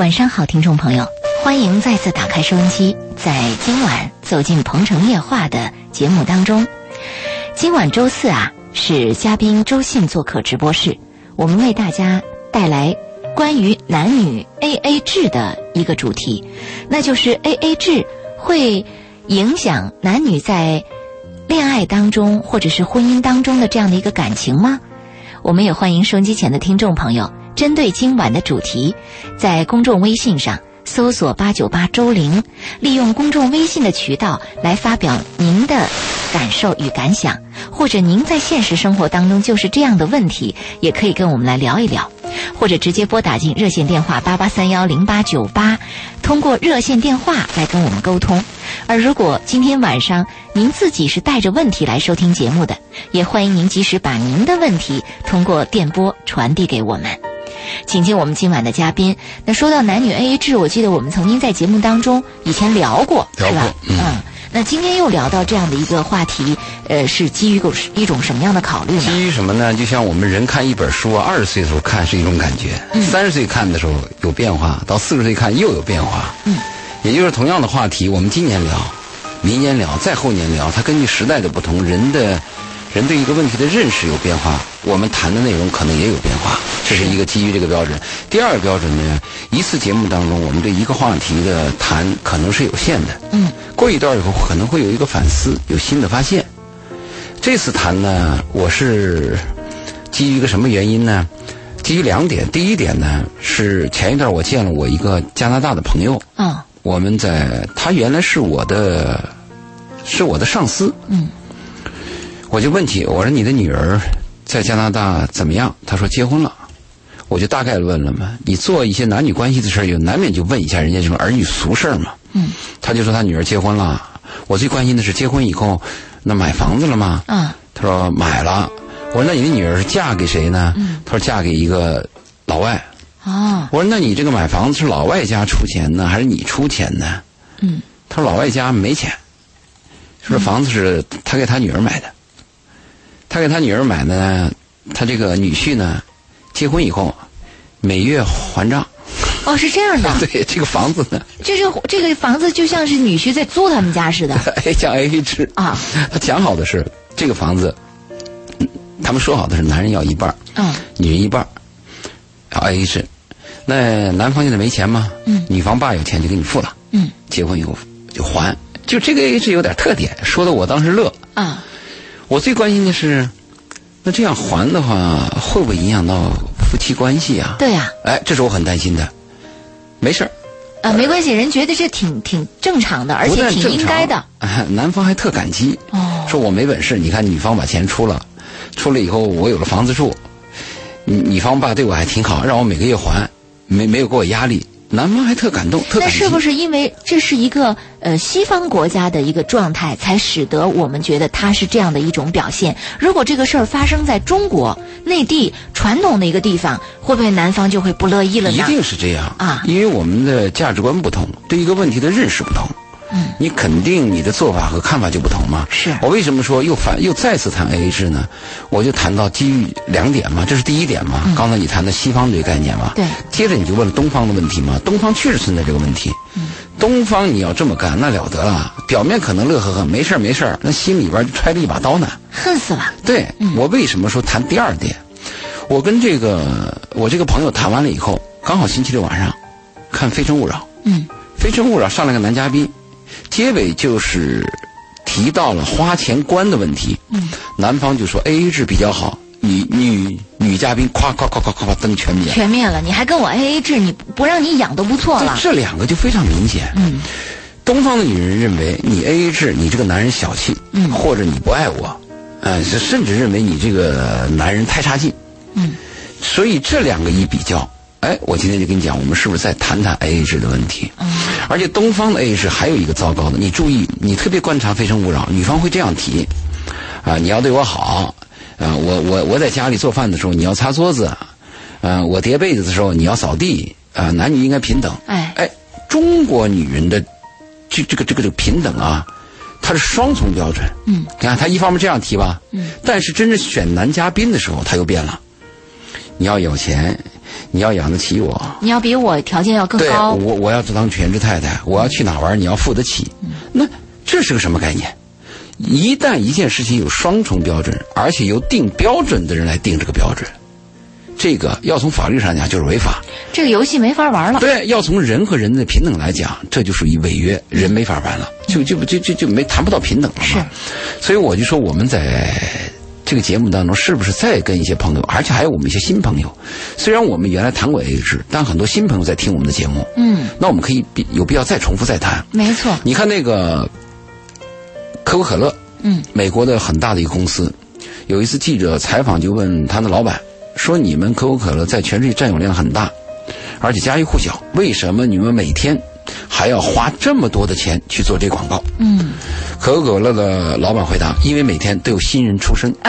晚上好，听众朋友，欢迎再次打开收音机，在今晚走进鹏城夜话的节目当中。今晚周四是嘉宾周信做客直播室，我们为大家带来关于男女 AA 制的一个主题，那就是 AA 制会影响男女在恋爱当中或者是婚姻当中的这样的一个感情吗？我们也欢迎收音机前的听众朋友针对今晚的主题，在公众微信上搜索898周玲，利用公众微信的渠道来发表您的感受与感想，或者您在现实生活当中就是这样的问题，也可以跟我们来聊一聊，或者直接拨打进热线电话88310898，通过热线电话来跟我们沟通。而如果今天晚上您自己是带着问题来收听节目的，也欢迎您及时把您的问题通过电波传递给我们。请进我们今晚的嘉宾。那说到男女 AA 制，我记得我们曾经在节目当中以前聊过，是吧？那今天又聊到这样的一个话题，是基于一种什么样的考虑呢？ 基于什么呢？就像我们人看一本书20岁的时候看是一种感觉，30岁看的时候有变化，到40岁看又有变化。也就是同样的话题，我们今年聊，明年聊，再后年聊，它根据时代的不同，人对一个问题的认识有变化，我们谈的内容可能也有变化，这是一个基于这个标准。第二个标准呢，一次节目当中我们对一个话题的谈可能是有限的，过一段以后可能会有一个反思，有新的发现。这次谈呢，我是基于一个什么原因呢？基于2点。第一点呢，是前一段我见了我一个加拿大的朋友，我们他原来是我的上司，我就问起，我说你的女儿在加拿大怎么样？他说结婚了。我就大概问了嘛，你做一些男女关系的事儿，有难免就问一下人家这种儿女俗事儿嘛。他就说他女儿结婚了。我最关心的是结婚以后，那买房子了吗？他说买了。我说那你的女儿是嫁给谁呢？他说嫁给一个老外。我说那你这个买房子是老外家出钱呢，还是你出钱呢？他说老外家没钱，说房子是他给他女儿买的。他给他女儿买呢，他这个女婿呢，结婚以后每月还账。 是这样的。 对，这个房子呢， 这个房子就像是女婿在租他们家似的。 像 AA 制他讲好的是这个房子，他们说好的是男人要一半，女人一半，要 AA 制。那男方现在没钱吗？女方爸有钱就给你付了。结婚以后就还，就这个 AA 制有点特点，说的我当时乐。我最关心的是，那这样还的话，会不会影响到夫妻关系啊？ 对呀。 这是我很担心的。没事儿。 没关系，人觉得这挺正常的，而且挺应该的。 男方还特感激，说我没本事，你看女方把钱出了以后，我有了房子住，女方爸对我还挺好，让我每个月还，没有给我压力。男方还特感动，特感激。 那是不是因为这是一个西方国家的一个状态，才使得我们觉得它是这样的一种表现？如果这个事儿发生在中国内地传统的一个地方，会不会男方就会不乐意了呢？ 一定是这样因为我们的价值观不同，对一个问题的认识不同。你肯定你的做法和看法就不同嘛。是。我为什么说又再次谈 AA 制呢？我就谈到基于2点嘛，这是第一点嘛。刚才你谈的西方这个概念嘛。对。接着你就问了东方的问题嘛，东方确实存在这个问题。东方你要这么干，那了得了，表面可能乐呵呵，没事儿，那心里边就揣着一把刀呢， 恨死了。 对。我为什么说谈第2点？我跟我这个朋友谈完了以后，刚好星期六晚上看《非诚勿扰》。非诚勿扰上来个男嘉宾。结尾就是提到了花钱观的问题。男方就说 AA 制比较好，女嘉宾夸灯全灭了。 你还跟我 AA 制，你不让你养都不错了。 这2个就非常明显。东方的女人认为你 AA 制，你这个男人小气，或者你不爱我，甚至认为你这个男人太差劲。所以这2个一比较，我今天就跟你讲，我们是不是再谈谈 AA 制的问题？而且东方的 AA 制还有一个糟糕的，你注意，你特别观察《非诚勿扰》，女方会这样提，你要对我好，我在家里做饭的时候你要擦桌子，我叠被子的时候你要扫地，男女应该平等。中国女人的这个平等它是双重标准。你看她一方面这样提吧，但是真正选男嘉宾的时候她又变了。 你要有钱，你要养得起我， 你要比我条件要更高， 对，我要当全职太太，我要去哪玩你要付得起。那这是个什么概念？一旦一件事情有双重标准，而且由定标准的人来定这个标准，这个要从法律上讲就是违法， 这个游戏没法玩了。 对，要从人和人的平等来讲，这就属于违约，人没法玩了，就没谈不到平等了嘛。 是， 所以我就说我们在这个节目当中，是不是再跟一些朋友，而且还有我们一些新朋友，虽然我们原来谈过 AA 制，但很多新朋友在听我们的节目，那我们可以有必要再重复再谈。 没错， 你看那个可口可乐，美国的很大的一个公司，有一次记者采访就问他的老板说：“你们可口可乐在全世界占有量很大，而且家喻户晓，为什么你们每天还要花这么多的钱去做这广告？”可口可乐的老板回答：“因为每天都有新人出生。”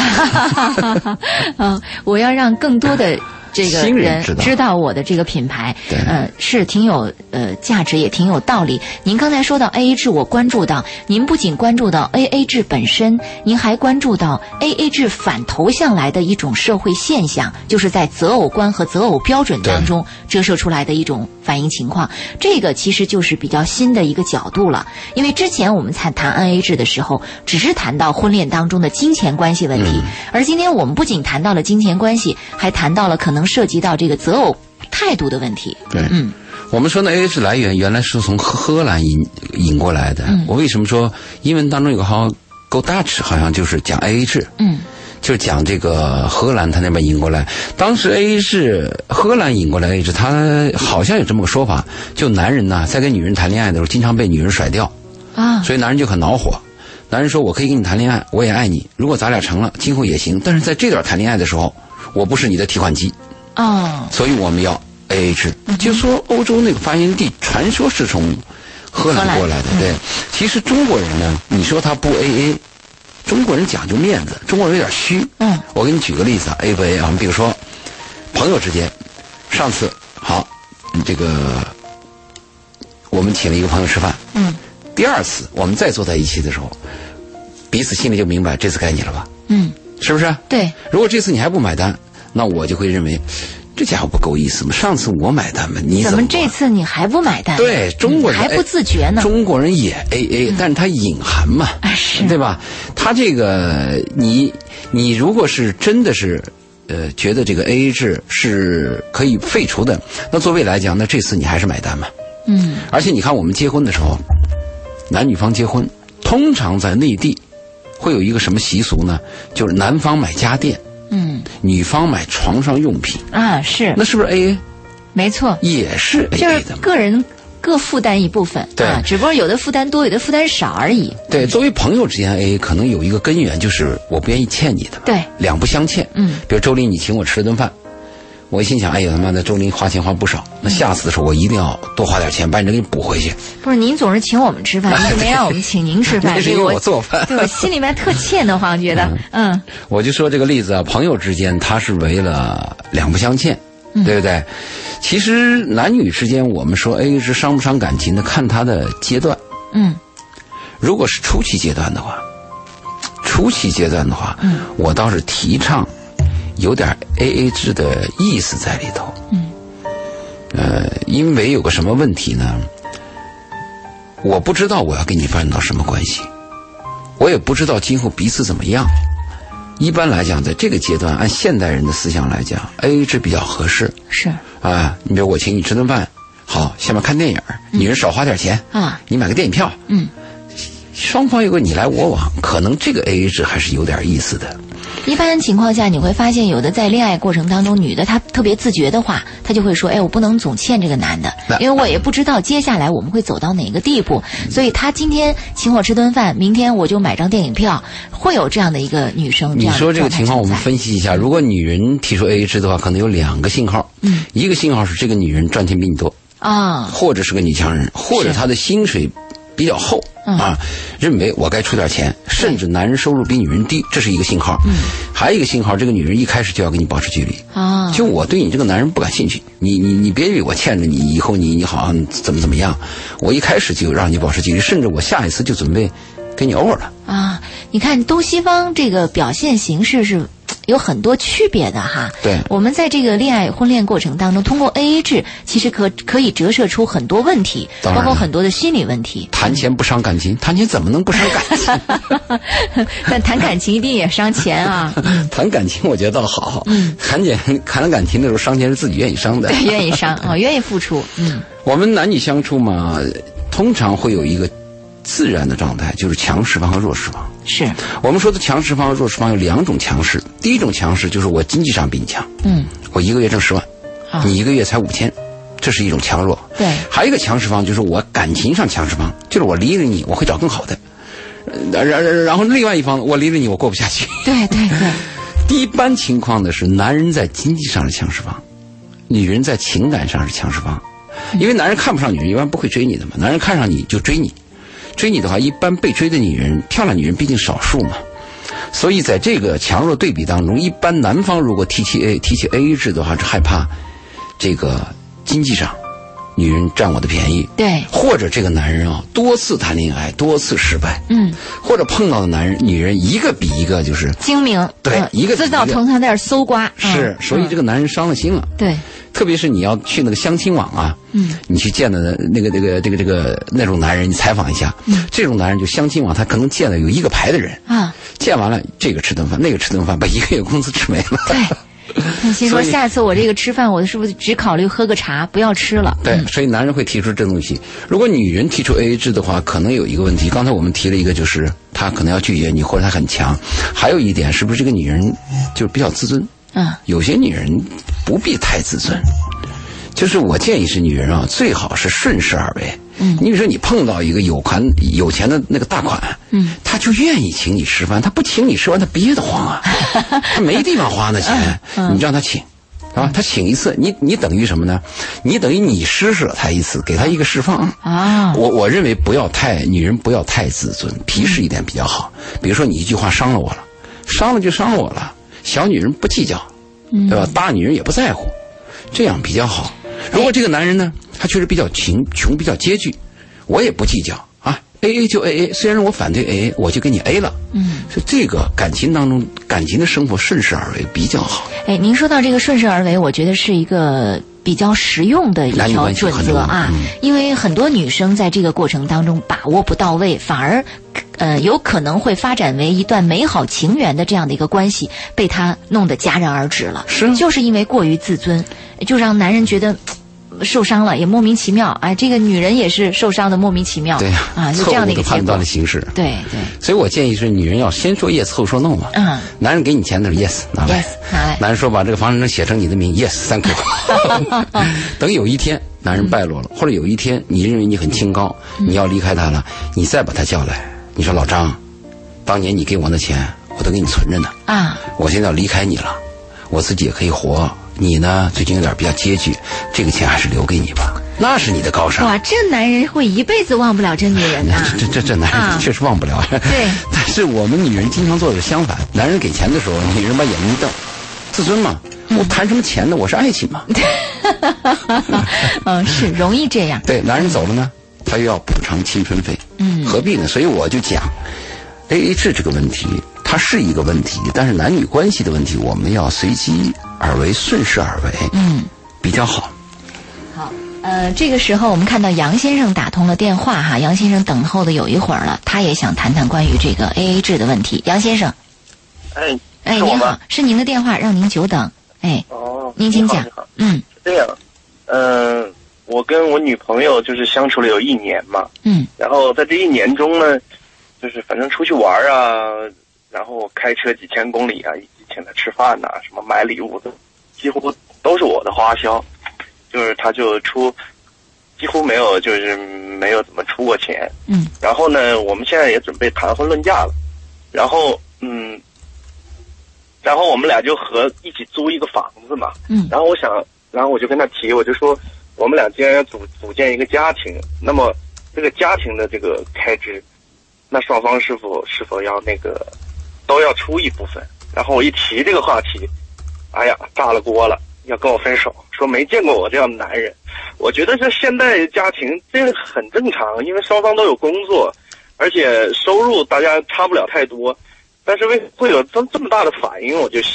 我要让更多的这个人知道我的这个品牌，是挺有价值，也挺有道理。您刚才说到 AA 制，我关注到您不仅关注到 AA 制本身，您还关注到 AA 制反投向来的一种社会现象，就是在择偶观和择偶标准当中折射出来的一种反映情况。这个其实就是比较新的一个角度了，因为之前我们在谈 AA 制的时候，只是谈到婚恋当中的金钱关系问题，而今天我们不仅谈到了金钱关系，还谈到了可能涉及到这个择偶态度的问题。 对，我们说呢 AA 制来源原来是从荷兰引过来的。我为什么说英文当中有个好像 Go Dutch 好像就是讲 AA 制，就是讲这个荷兰他那边引过来。当时 AA 制荷兰引过来 AA 制，他好像有这么个说法，就男人呢在跟女人谈恋爱的时候经常被女人甩掉啊，所以男人就很恼火。男人说：“我可以跟你谈恋爱，我也爱你，如果咱俩成了，今后也行。但是在这段谈恋爱的时候，我不是你的提款机。”所以我们要 AA 制。就说欧洲那个发源地传说是从荷兰过来的，对。其实中国人呢，你说他不 AA， 中国人讲究面子，中国人有点虚。我给你举个例子啊 ，A 不 AA 啊？比如说朋友之间，上次好，这个我们请了一个朋友吃饭，第二次我们再坐在一起的时候，彼此心里就明白这次该你了吧？是不是？对。如果这次你还不买单，那我就会认为这家伙不够意思嘛，上次我买单嘛，你怎么这次你还不买单？对，中国人还不自觉呢。中国人也 AA，但是他隐含嘛，对吧？他这个你如果是真的是觉得这个 AA 制是可以废除的，那作为来讲，那这次你还是买单嘛。而且你看我们结婚的时候，男女方结婚，通常在内地会有一个什么习俗呢？就是男方买家电。女方买床上用品啊，是，那是不是 AA？ 没错，也是 AA 的，就是个人各负担一部分，对，只不过有的负担多，有的负担少而已。对，作为朋友之间 AA， 可能有一个根源就是我不愿意欠你的，对，两不相欠。比如周林你请我吃了顿饭，我一心想，哎呀他妈的，周林花钱花不少，那下次的时候我一定要多花点钱，把你这给你补回去。不是，您总是请我们吃饭，您没让我们请您吃饭，那是因为我做饭，对我心里面特欠得慌，觉得我就说这个例子啊，朋友之间他是为了两不相欠，对不对？其实男女之间，我们说 AA 制伤不伤感情的，看他的阶段。如果是初期阶段的话，我倒是提倡有点 AA 制的意思在里头。因为有个什么问题呢？我不知道我要跟你发展到什么关系，我也不知道今后彼此怎么样。一般来讲，在这个阶段，按现代人的思想来讲 ，AA 制比较合适。是啊，你比如我请你吃顿饭，好，下面看电影，女人少花点钱啊，你买个电影票，双方有个你来我往，可能这个 AA 制还是有点意思的。一般情况下，你会发现有的在恋爱过程当中，女的她特别自觉的话，她就会说：“哎，我不能总欠这个男的，因为我也不知道接下来我们会走到哪个地步，所以他今天请我吃顿饭，明天我就买张电影票。”会有这样的一个女生。你说这个情况，我们分析一下。如果女人提出 AA 制的话，可能有两个信号。一个信号是这个女人赚钱比你多啊，或者是个女强人，或者她的薪水比较厚啊，认为我该出点钱，甚至男人收入比女人低，这是一个信号。还有一个信号，这个女人一开始就要跟你保持距离啊，就我对你这个男人不感兴趣，你别以为我欠着你，以后你好像怎么样，我一开始就让你保持距离，甚至我下一次就准备跟你over了啊。你看东西方这个表现形式是有很多区别的哈。 对， 我们在这个婚恋过程当中，通过 AA 制，其实可以折射出很多问题，包括很多的心理问题。 谈钱不伤感情，谈钱怎么能不伤感情？ 但谈感情一定也伤钱啊。 谈感情我觉得倒好，谈感情的时候伤钱是自己愿意伤的， 对，愿意伤啊，愿意付出。 我们男女相处嘛，通常会有一个自然的状态，就是强势方和弱势方。 是我们说的强势方和弱势方有两种强势。第一种强势就是我经济上比你强，我一个月挣10万，你一个月才5000，这是一种强弱。 对， 还有一个强势方就是我感情上强势方，就是我离了你我会找更好的，然后另外一方我离了你我过不下去。 对对对。 一般情况的是男人在经济上是强势方，女人在情感上是强势方。因为男人看不上女人一般不会追你的嘛，男人看上你就追你，追你的话一般被追的女人，漂亮女人毕竟少数嘛，所以在这个强弱对比当中，一般男方如果提起 AA 制的话，是害怕这个经济上女人占我的便宜， 对， 或者这个男人啊多次谈恋爱多次失败，或者碰到的女人一个比一个就是精明， 对，一个知道从他那儿搜刮， 是，所以这个男人伤了心了， 对。 特别是你要去那个相亲网啊，你去见的那种男人，你采访一下，这种男人就相亲网，他可能见了有1个排的人啊，见完了这个吃顿饭，那个吃顿饭，把1个月工资吃没了。 对，你心说下次我这个吃饭，我是不是只考虑喝个茶，不要吃了？ 对，所以男人会提出这东西。如果女人提出 AA 制的话，可能有一个问题。刚才我们提了一个，就是她可能要拒绝你，或者她很强。还有一点，是不是这个女人就是比较自尊？有些女人不必太自尊，就是我建议是女人啊，最好是顺势而为。你比如说你碰到一个有钱的那个大款，他就愿意请你吃饭，他不请你吃饭他憋得慌啊，他没地方花那钱，你让他请啊，他请一次，你等于什么呢？你等于你施舍他一次，给他一个释放啊。我认为女人不要太自尊，皮实一点比较好。比如说你一句话伤了我了，伤了就伤了我了。小女人不计较，对吧？大女人也不在乎，这样比较好。如果这个男人呢，他确实比较穷，比较拮据，我也不计较啊 ，AA 就 AA。虽然我反对 AA， 我就给你 A 了。所以这个感情当中，感情的生活顺势而为比较好。 您说到这个顺势而为，我觉得是一个比较实用的一条准则啊，因为很多女生在这个过程当中把握不到位，反而有可能会发展为一段美好情缘的这样的一个关系，被他弄得戛然而止了。就是因为过于自尊，就让男人觉得受伤了，也莫名其妙。这个女人也是受伤的莫名其妙。 对呀， 就这样的一个结果。 判断的形式。 对对。 所以我建议是女人要先说 yes 后说 no 嘛。男人给你钱的时候 yes 拿来。男人说把这个房产证写成你的名 yes thank you。等有一天男人败落了，或者有一天你认为你很清高，你要离开他了，你再把他叫来，你说老张，当年你给我的钱我都给你存着呢我现在要离开你了，我自己也可以活，你呢最近有点比较拮据，这个钱还是留给你吧，那是你的高尚。 哇，这男人会一辈子忘不了这女人啊！ 这男人确实忘不了。 对， 但是我们女人经常做的是相反，男人给钱的时候，女人把眼睛一瞪，自尊嘛，我谈什么钱呢？我是爱情嘛。 是容易这样。 对，男人走了呢，他又要补偿青春费，何必呢？所以我就讲 AA 制这个问题，它是一个问题，但是男女关系的问题，我们要随机而为，顺势而为，比较好。 好，这个时候我们看到杨先生打通了电话哈，杨先生等候的有一会儿了，他也想谈谈关于这个 AA 制的问题。杨先生，您好，是您的电话，让您久等。您请讲。 是这样，我跟我女朋友就是相处了有1年嘛，然后在这1年中呢，就是反正出去玩啊，然后开车几千公里啊，以及请她吃饭呐，什么买礼物的，几乎都是我的花销，就是她就几乎没有怎么出过钱，然后呢，我们现在也准备谈婚论嫁了，然后我们俩就一起租一个房子嘛，然后我就跟他提，我就说我们俩既然要组建一个家庭，那么这个家庭的这个开支，那双方是否要都要出一部分？然后我一提这个话题，哎呀，炸了锅了，要跟我分手，说没见过我这样的男人。我觉得这现代家庭这个很正常，因为双方都有工作，而且收入大家差不了太多，但是会有这么大的反应，我就想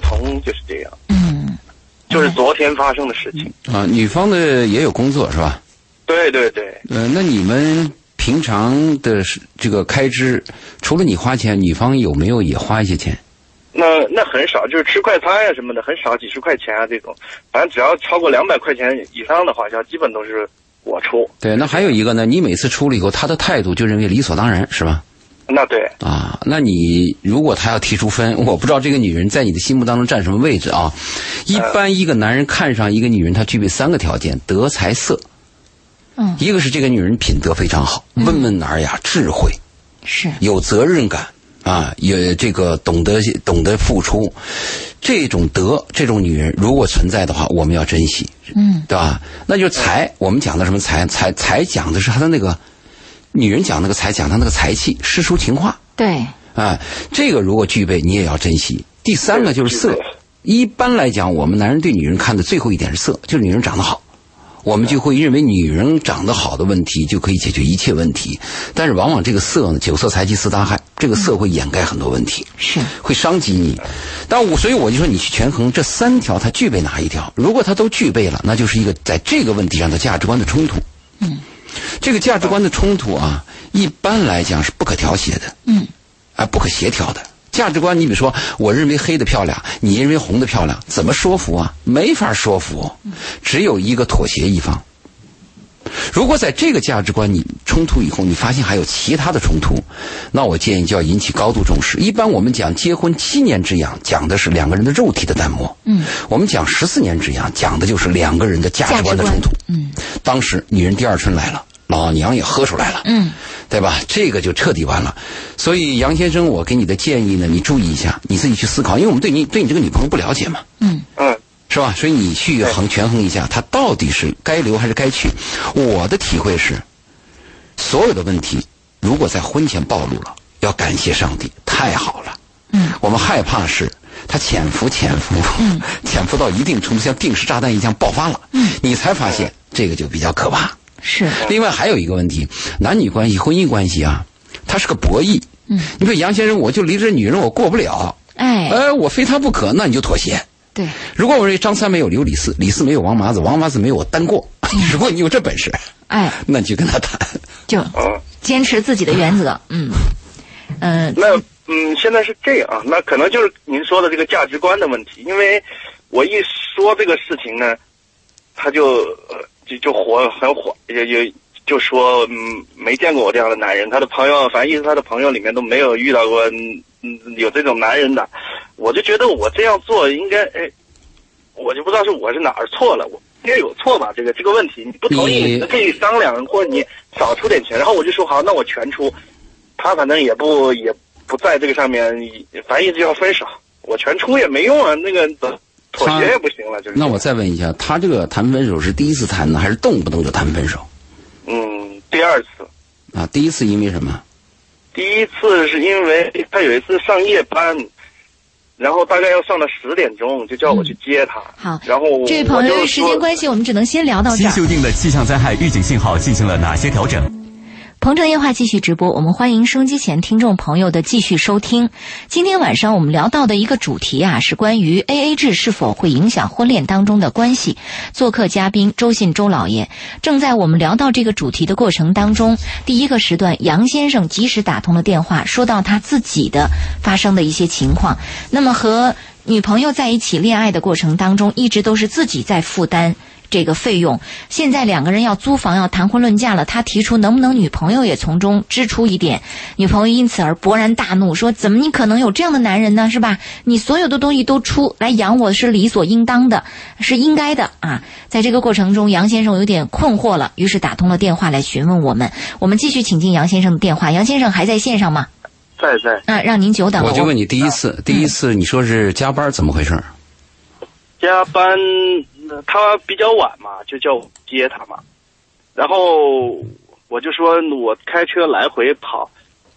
同，就是这样。就是昨天发生的事情。 女方的也有工作是吧？ 对对对。 那你们平常的这个开支，除了你花钱，女方有没有也花一些钱？ 那很少，就是吃快餐呀什么的，很少，几十块钱啊这种，反正只要超过200块钱以上的花销，基本都是我出。 对，那还有一个呢，你每次出了以后，他的态度就认为理所当然，是吧？ 那对啊，那你如果他要提出分，我不知道这个女人在你的心目当中占什么位置啊？一般一个男人看上一个女人，他具备3个条件：德、才、色。一个是这个女人品德非常好，温文尔雅，智慧， 是有责任感啊，也这个懂得付出。这种德，这种女人如果存在的话，我们要珍惜，对吧？那就是才，我们讲的什么才？才讲的是她的那个。女人讲那个才，讲她那个才气，诗书情画。 对， 这个如果具备，你也要珍惜。第3个就是色。一般来讲，我们男人对女人看的最后一点是色，就是女人长得好，我们就会认为女人长得好的问题就可以解决一切问题。但是往往这个色呢，9色财气4大害，这个色会掩盖很多问题，是会伤及你。所以我就说，你去权衡这3条，它具备哪一条？如果它都具备了，那就是一个在这个问题上的价值观的冲突。这个价值观的冲突啊，一般来讲是不可调谐的，不可协调的。价值观，你比如说，我认为黑的漂亮，你认为红的漂亮，怎么说服啊？没法说服，只有一个妥协一方。如果在这个价值观你冲突以后，你发现还有其他的冲突，那我建议就要引起高度重视。一般我们讲结婚7年之痒，讲的是2个人的肉体的淡漠。我们讲14年之痒，讲的就是2个人的价值观的冲突。当时女人第2春来了，老娘也喝出来了，对吧？这个就彻底完了。所以杨先生，我给你的建议呢，你注意一下，你自己去思考，因为我们对你这个女朋友不了解嘛，是吧？所以你去权衡一下，她到底是该留还是该去。我的体会是，所有的问题如果在婚前暴露了，要感谢上帝，太好了。我们害怕是他潜伏到一定程度，像定时炸弹一样爆发了，你才发现这个就比较可怕。是。另外还有一个问题，男女关系、婚姻关系啊，它是个博弈。你说杨先生，我就离这女人我过不了，我非她不可，那你就妥协。对。如果我认为张三没有刘李四，李四没有王麻子，王麻子没有我单过，如果你有这本事，那你就跟他谈， 就坚持自己的原则。 现在是这样啊，那可能就是您说的这个价值观的问题。因为我一说这个事情呢，他就很火，也就说没见过我这样的男人，他的朋友，反正意思他的朋友里面都没有遇到过有这种男人的。我就觉得我这样做应该，我就不知道我是哪儿错了，我应该有错吧？这个问题你不同意，你可以商量，或者你少出点钱，然后我就说好，那我全出。他反正也不在这个上面，反正一直要分手，我全出也没用啊，那个妥协也不行了。就是那我再问一下，他这个谈分手是第1次谈呢，还是动不动就谈分手？ 第2次。 第1次因为什么？ 第1次是因为他有一次上夜班，然后大概要上到10点钟，就叫我去接他。好，然后这位朋友，因为时间关系，我们只能先聊到这儿。 新修订的气象灾害预警信号进行了哪些调整？ 鹏城夜话继续直播，我们欢迎收音机前听众朋友的继续收听。今天晚上我们聊到的一个主题啊，是关于 AA 制是否会影响婚恋当中的关系。做客嘉宾周信周老爷。正在我们聊到这个主题的过程当中，第1个时段杨先生及时打通了电话，说到他自己的发生的一些情况。那么和女朋友在一起恋爱的过程当中，一直都是自己在负担这个费用，现在2个人要租房，要谈婚论嫁了，他提出能不能女朋友也从中支出一点，女朋友因此而勃然大怒，说怎么你可能有这样的男人呢，是吧？你所有的东西都出来养我是理所应当的，是应该的啊！在这个过程中，杨先生有点困惑了，于是打通了电话来询问我们。我们继续请进杨先生的电话。杨先生还在线上吗？ 在。 让您久等了。 我就问你第一次你说是加班，怎么回事？ 加班。他比较晚嘛，就叫我接他嘛，然后我就说我开车来回跑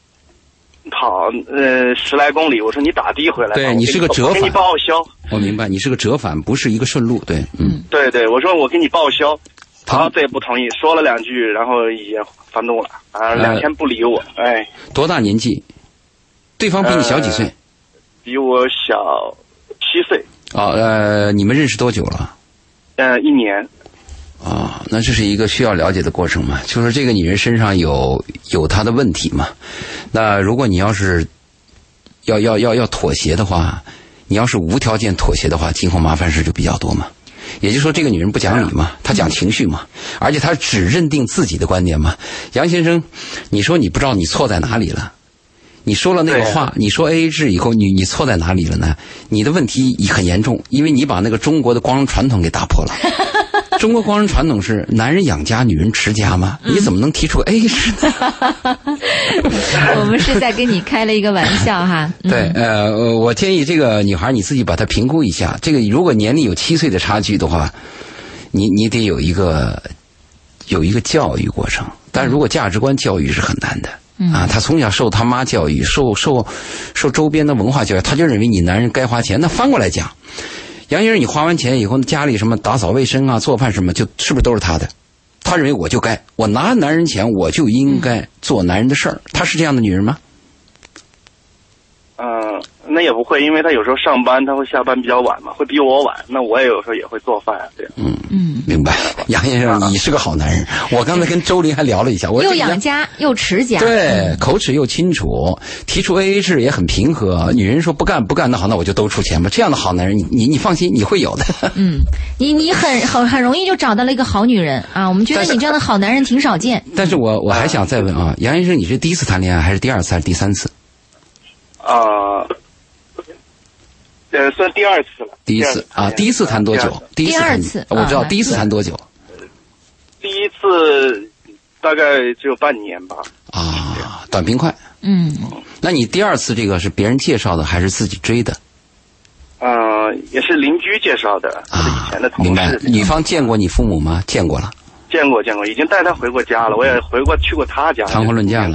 10来公里，我说你打的回来吧， 对你是个折返， 我给你报销。 我明白，你是个折返，不是一个顺路，对， 对，我说我给你报销，然后他也不同意，说了2句，然后也发怒了2天不理我。 多大年纪？对方比你小几岁？ 比我小岁。 你们认识多久了 ？1年。 那这是一个需要了解的过程嘛？就是这个女人身上有她的问题嘛？那如果你要是要妥协的话，你要是无条件妥协的话，今后麻烦事就比较多嘛。也就是说，这个女人不讲理嘛，她讲情绪嘛，而且她只认定自己的观点嘛。杨先生，你说你不知道你错在哪里了？你说了那个话，你说 AA 制以后，你错在哪里了呢？你的问题很严重，因为你把那个中国的光荣传统给打破了。中国光荣传统是男人养家，女人持家吗？你怎么能提出 AA 制呢？ 我们是在跟你开了一个玩笑哈。 对，我建议这个女孩你自己把她评估一下。这个如果年龄有7岁的差距的话，你得有一个教育过程。但如果价值观教育是很难的。他从小受他妈教育，受周边的文化教育，他就认为你男人该花钱。那翻过来讲，杨先生，你花完钱以后，家里什么打扫卫生啊、做饭什么，就是不是都是他的？他认为我拿男人钱，我就应该做男人的事儿。他是这样的女人吗？ 那也不会，因为他有时候上班，他会下班比较晚嘛，会比我晚。那我也有时候也会做饭，这样。 明白。杨先生，你是个好男人。我刚才跟周林还聊了一下，我又养家又持家， 对，口齿又清楚，提出 AA 制也很平和。女人说不干，那好，那我就都出钱吧。这样的好男人，你放心，你会有的。 你很容易就找到了一个好女人啊。我们觉得你这样的好男人挺少见。 但是我还想再问啊，杨先生，你是第一次谈恋爱，还是第2次，还是第3次？ 算第2次了。 第一次啊，第一次谈多久？ 第二次我知道。第一次谈多久？ 第一次大概只有半年吧。 短平快。那你第2次这个是别人介绍的还是自己追的？ 也是邻居介绍的，以前的同事。 明白。女方见过你父母吗？见过了。见过， 已经带他回过家了，我也去过他家， 谈婚论嫁了。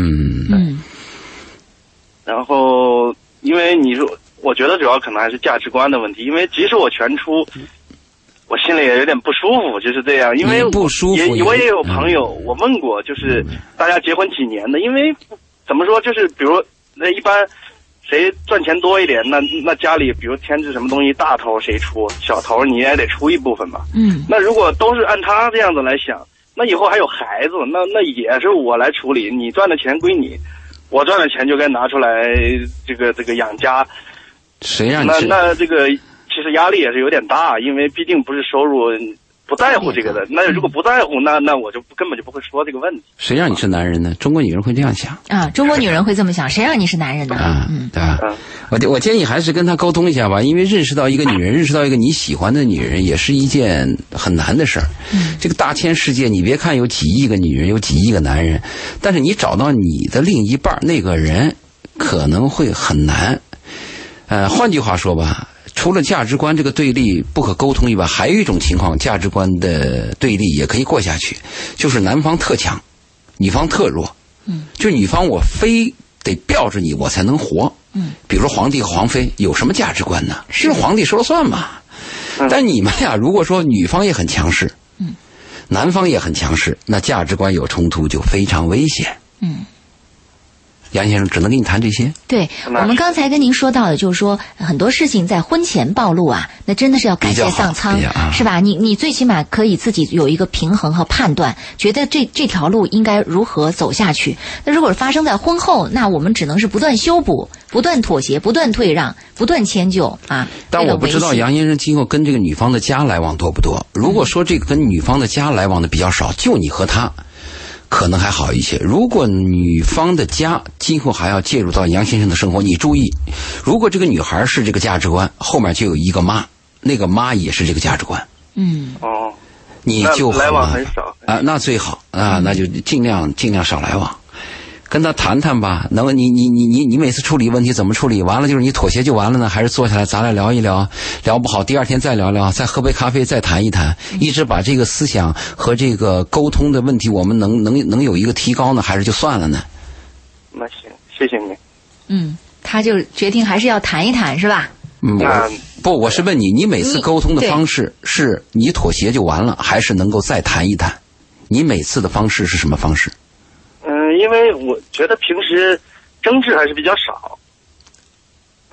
然后，因为你说，我觉得主要可能还是价值观的问题，因为即使我全出，我心里也有点不舒服，就是这样。因为不舒服， 我也有朋友，我问过，就是大家结婚几年的，因为怎么说，就是比如那一般谁赚钱多一点，那家里比如添置什么东西，大头谁出，小头你也得出一部分吧。那如果都是按他这样子来想，那以后还有孩子，那也是我来处理，你赚的钱归你。我赚的钱就该拿出来，这个养家。 谁让你那这个其实压力也是有点大，因为毕竟不是收入，不在乎这个的。那如果不在乎，那我就根本就不会说这个问题。 谁让你是男人呢？中国女人会这样想啊！中国女人会这么想，谁让你是男人呢？ 对吧？我建议还是跟他沟通一下吧，因为认识到一个女人，认识到一个你喜欢的女人，也是一件很难的事儿。这个大千世界，你别看有几亿个女人，有几亿个男人，但是你找到你的另一半，那个人可能会很难。换句话说吧，除了价值观这个对立不可沟通以外，还有一种情况，价值观的对立也可以过下去，就是男方特强，女方特弱。就女方我非得吊着你我才能活。比如说皇帝和皇妃有什么价值观呢？是皇帝说了算嘛。但你们俩如果说女方也很强势，男方也很强势，那价值观有冲突就非常危险。杨先生只能跟你谈这些。 对，我们刚才跟您说到的，就是说很多事情在婚前暴露啊，那真的是要感谢上苍，是吧？你最起码可以自己有一个平衡和判断，觉得这条路应该如何走下去。那如果是发生在婚后，那我们只能是不断修补、不断妥协、不断退让、不断迁就啊。 但我不知道杨先生今后跟这个女方的家来往多不多。如果说这个跟女方的家来往的比较少，就你和他，可能还好一些。如果女方的家今后还要介入到杨先生的生活，你注意，如果这个女孩是这个价值观，后面就有一个妈，那个妈也是这个价值观。你就来往很少啊，那最好啊，那就尽量少来往。跟他谈谈吧，你每次处理问题怎么处理？完了就是你妥协就完了呢，还是坐下来咱俩聊一聊，聊不好第2天再聊聊，再喝杯咖啡再谈一谈，一直把这个思想和这个沟通的问题我们能有一个提高呢，还是就算了呢？ 那行，谢谢你。 他就决定还是要谈一谈，是吧？ 我是问你每次沟通的方式是你妥协就完了，还是能够再谈一谈？你每次的方式是什么方式？ 因为我觉得平时争执还是比较少。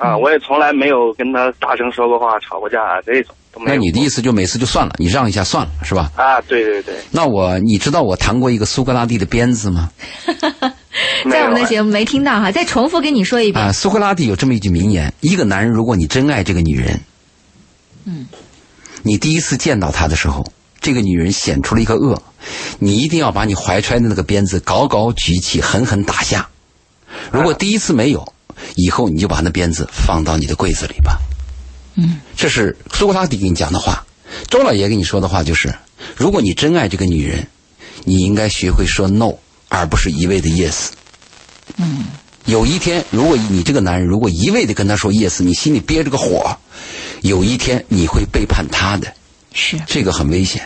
啊，我也从来没有跟他大声说过话、吵过架这种都没有。 那你的意思就每次就算了，你让一下算了，是吧？ 啊，对对对。 那你知道我弹过一个苏格拉底的鞭子吗？ 在我们的节目没听到哈，再重复跟你说一遍啊。 苏格拉底有这么一句名言：一个男人，如果你真爱这个女人，你第一次见到她的时候，这个女人显出了一个恶，你一定要把你怀揣的那个鞭子高高举起，狠狠打下。如果第一次没有，以后你就把那鞭子放到你的柜子里吧。这是苏格拉底给你讲的话。周老爷给你说的话就是：如果你真爱这个女人，你应该学会说 no， 而不是一味的 yes。有一天，如果你这个男人如果一味的跟他说 yes， 你心里憋着个火，有一天你会背叛他的。 是， 这个很危险。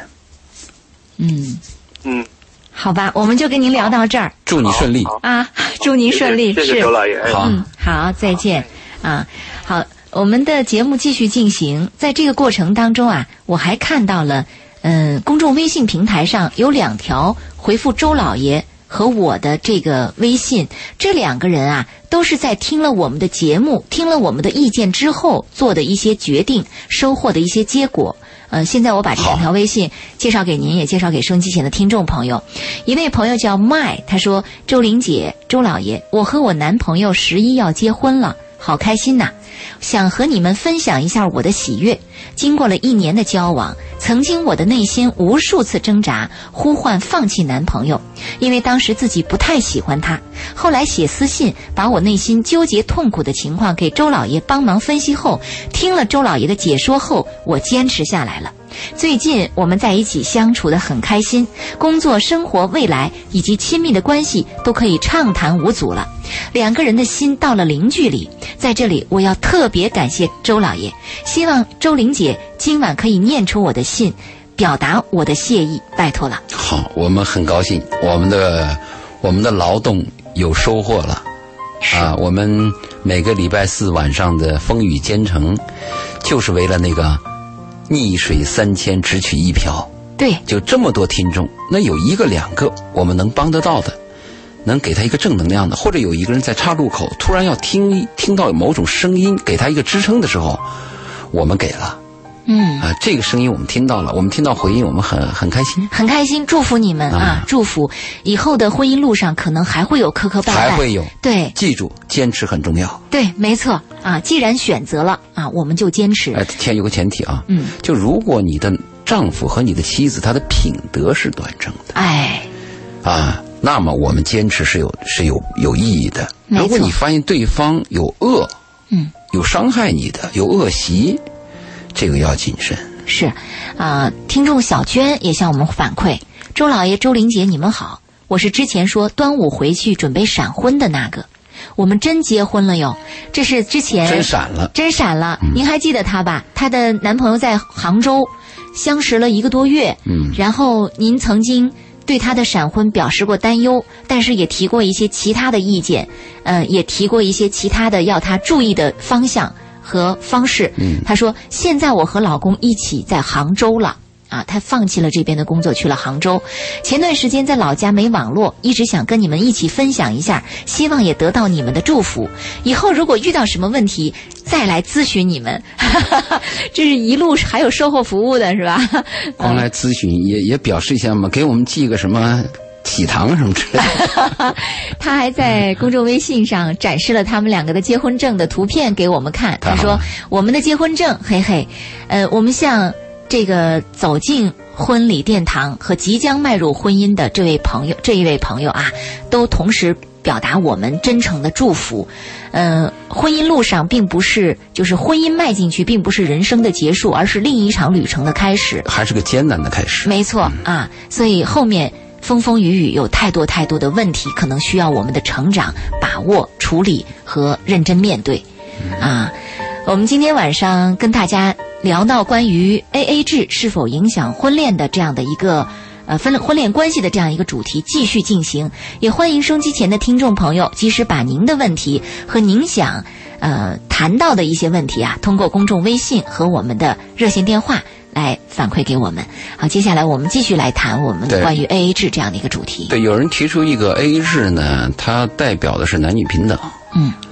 好吧，我们就跟您聊到这儿。 祝你顺利啊！祝您顺利。 谢谢周老爷。 好，再见啊！好，我们的节目继续进行。在这个过程当中啊，我还看到了，公众微信平台上有2条回复周老爷和我的这个微信，这2个人啊，都是在听了我们的节目、听了我们的意见之后做的一些决定，收获的一些结果。现在我把这2条微信介绍给您，也介绍给收音机前的听众朋友。一位朋友叫麦，他说：周玲姐、周老爷，我和我男朋友11要结婚了，好开心呐！想和你们分享一下我的喜悦。经过了1年的交往，曾经我的内心无数次挣扎，呼唤放弃男朋友，因为当时自己不太喜欢他。后来写私信，把我内心纠结痛苦的情况给周老爷帮忙分析后，听了周老爷的解说后，我坚持下来了。最近我们在一起相处得很开心，工作、生活、未来以及亲密的关系都可以畅谈无阻了，2个人的心到了零距离。在这里我要特别感谢周老爷，希望周玲姐今晚可以念出我的信，表达我的谢意，拜托了。 好，我们很高兴，我们的劳动有收获了啊！我们每个礼拜4晚上的风雨兼程，就是为了那个逆水3000只取1瓢。 对， 就这么多听众，那有1个2个我们能帮得到的，能给他一个正能量的，或者有一个人在岔路口突然要听到某种声音，给他一个支撑的时候，我们给了。这个声音我们听到了，我们听到回应，我们很开心， 很开心，祝福你们啊！祝福以后的婚姻路上可能还会有磕磕绊绊， 还会有。 对， 记住，坚持很重要。 对，没错啊！既然选择了啊，我们就坚持。 有个前提啊，就如果你的丈夫和你的妻子他的品德是端正的，那么我们坚持是有意义的。如果你发现对方有恶，有伤害你的，有恶习，这个要谨慎。 是听众小娟也向我们反馈：周老爷、周玲姐，你们好，我是之前说端午回去准备闪婚的那个，我们真结婚了哟！这是之前真闪了。您还记得她吧？她的男朋友在杭州相识了1个多月，然后您曾经对她的闪婚表示过担忧，但是也提过一些其他的意见，也提过一些其他的要她注意的方向和方式。她说现在我和老公一起在杭州了她放弃了这边的工作，去了杭州。前段时间在老家没网络，一直想跟你们一起分享一下，希望也得到你们的祝福。以后如果遇到什么问题，再来咨询你们。这是一路还有售后服务的是吧？ 光来咨询也表示一下嘛，给我们寄个什么喜糖什么之类的。 他还在公众微信上展示了他们2个的结婚证的图片给我们看。他说我们的结婚证，嘿嘿，我们向这个走进婚礼殿堂和即将迈入婚姻的这一位朋友都同时表达我们真诚的祝福。婚姻路上并不是，就是婚姻迈进去并不是人生的结束，而是另一场旅程的开始， 还是个艰难的开始。 没错所以后面风风雨雨有太多太多的问题，可能需要我们的成长、把握、处理和认真面对我们今天晚上跟大家聊到关于 AA 制是否影响婚恋的这样的一个婚恋关系的这样一个主题继续进行，也欢迎收机前的听众朋友及时把您的问题和您想谈到的一些问题通过公众微信和我们的热线电话来反馈给我们。好，接下来我们继续来谈我们关于 AA 制这样的一个主题。 对，有人提出一个 AA 制呢，它代表的是男女平等。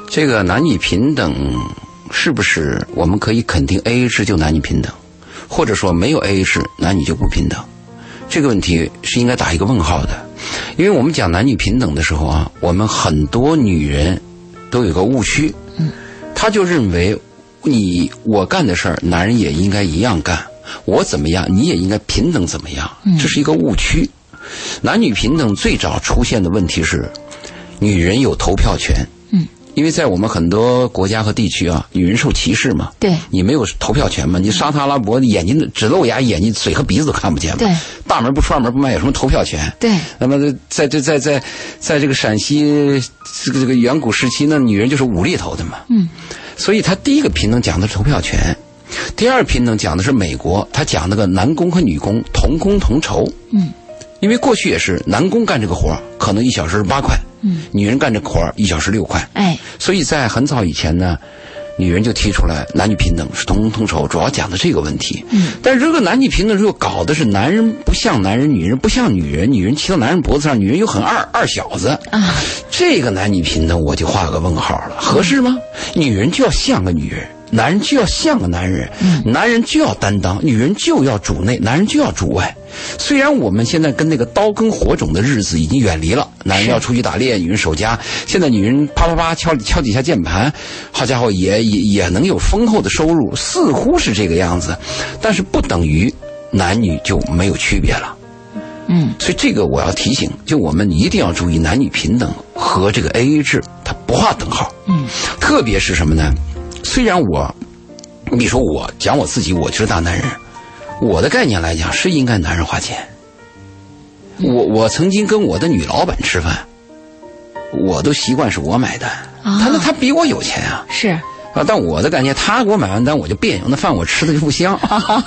这个男女平等是不是我们可以肯定 AA 制就男女平等，或者说没有 AA 制男女就不平等？这个问题是应该打一个问号的。因为我们讲男女平等的时候啊，我们很多女人都有个误区，她就认为我干的事儿男人也应该一样干，我怎么样你也应该平等怎么样，这是一个误区。男女平等最早出现的问题是女人有投票权，因为在我们很多国家和地区啊，女人受歧视嘛，对，你没有投票权嘛，你沙特阿拉伯眼睛只露牙，眼睛嘴和鼻子都看不见嘛，对，大门不出二门不迈，有什么投票权？对，那么在这个陕西这个远古时期呢，女人就是武力投的嘛，所以他第一个平等讲的是投票权，第二平等讲的是美国，他讲那个男工和女工同工同酬，因为过去也是男工干这个活可能1小时8块，女人干这个活1小时6块，所以在很早以前呢，女人就提出来男女平等是同工同酬，主要讲的这个问题。但是这个男女平等如果搞的是男人不像男人，女人不像女人，女人骑到男人脖子上，女人又很二小子啊，这个男女平等我就画个问号了，合适吗？女人就要像个女人，男人就要像个男人，男人就要担当，女人就要主内，男人就要主外。虽然我们现在跟那个刀耕火种的日子已经远离了，男人要出去打猎，女人守家，现在女人啪啪啪敲几下键盘，好家伙也能有丰厚的收入，似乎是这个样子，但是不等于男女就没有区别了。所以这个我要提醒，就我们一定要注意男女平等和这个 AA 制它不划等号。特别是什么呢？虽然你比如说我讲我自己，我就是大男人，我的概念来讲是应该男人花钱。我曾经跟我的女老板吃饭，我都习惯是我买单，他比我有钱啊，是啊，但我的感觉他给我买完单我就别扭，那饭我吃的就不香。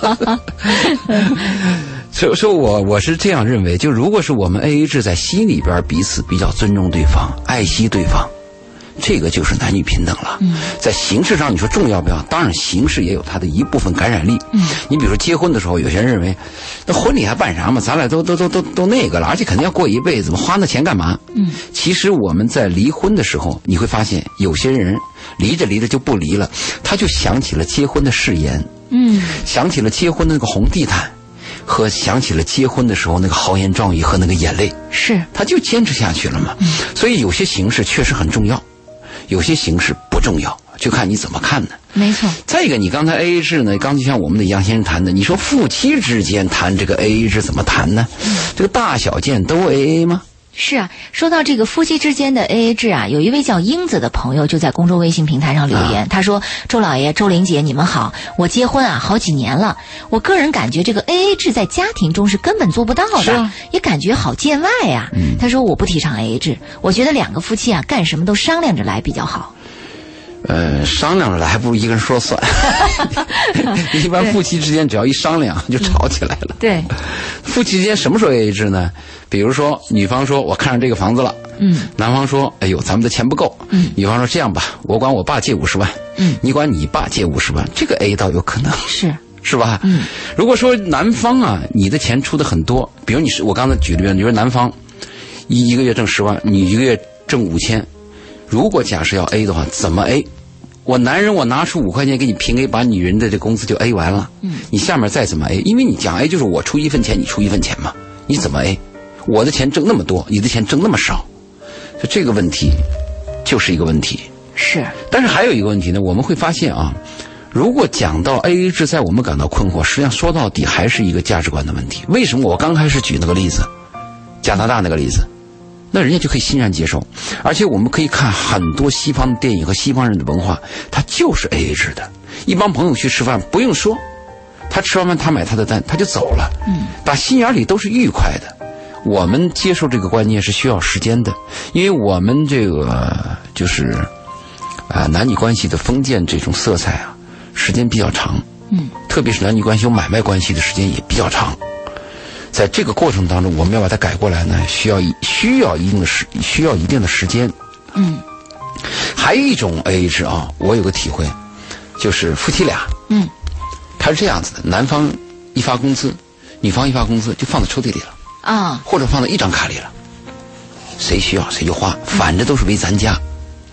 所以我是这样认为，就如果是我们 AA 制在心里边彼此比较尊重对方，爱惜对方，这个就是男女平等了。在形式上你说重要不要？当然形式也有它的一部分感染力。你比如说结婚的时候，有些人认为那婚礼还办啥嘛，咱俩都那个了，而且肯定要过一辈子嘛，花那钱干嘛？其实我们在离婚的时候，你会发现有些人离着就不离了，他就想起了结婚的誓言，想起了结婚的那个红地毯，和想起了结婚的时候那个豪言壮语和那个眼泪，是他就坚持下去了嘛。所以有些形式确实很重要，有些形式不重要，就看你怎么看呢。没错。再一个，你刚才 AA 制呢，刚就像我们的杨先生谈的，你说夫妻之间谈这个 AA 制怎么谈呢？这个大小件都 AA 吗？是啊，说到这个夫妻之间的 AA 制啊，有一位叫英子的朋友就在公众微信平台上留言，他说：周老爷、周玲姐，你们好，我结婚啊好几年了，我个人感觉这个 AA 制在家庭中是根本做不到的，也感觉好见外啊。他说我不提倡 AA 制，我觉得两个夫妻啊干什么都商量着来比较好。商量着来还不如一个人说算。一般夫妻之间只要一商量就吵起来了。对，夫妻之间什么时候 AA 制呢？比如说女方说我看上这个房子了，男方说哎呦咱们的钱不够，女方说这样吧，我管我爸借50万，你管你爸借50万，这个 AA 倒有可能，是吧？如果说男方啊你的钱出的很多，比如我刚才举例，你说男方一个月挣10万，你一个月挣5000，如果假设要 A 的话，怎么 A？ 我男人我拿出5块钱给你平 A， 把女人的这工资就 A 完了。你下面再怎么 A？ 因为你讲 A 就是我出1分钱，你出1分钱嘛，你怎么 A？ 我的钱挣那么多，你的钱挣那么少，所以这个问题就是一个问题。是。但是还有一个问题呢，我们会发现啊，如果讲到 AA 制，在我们感到困惑，实际上说到底还是一个价值观的问题。为什么我刚开始举那个例子，加拿大那个例子？那人家就可以欣然接受，而且我们可以看很多西方的电影和西方人的文化，它就是 AA 制的。一帮朋友去吃饭，不用说，他吃完饭他买他的单，他就走了，打心眼里都是愉快的。我们接受这个观念是需要时间的，因为我们这个就是男女关系的封建这种色彩啊，时间比较长，特别是男女关系有买卖关系的时间也比较长。在这个过程当中，我们要把它改过来呢，需要一定的时间。还有一种 AA 制啊，我有个体会，就是夫妻俩，他是这样子的，男方一发工资，女方一发工资就放在抽屉里了啊，或者放在一张卡里了，谁需要谁就花，反正都是为咱家。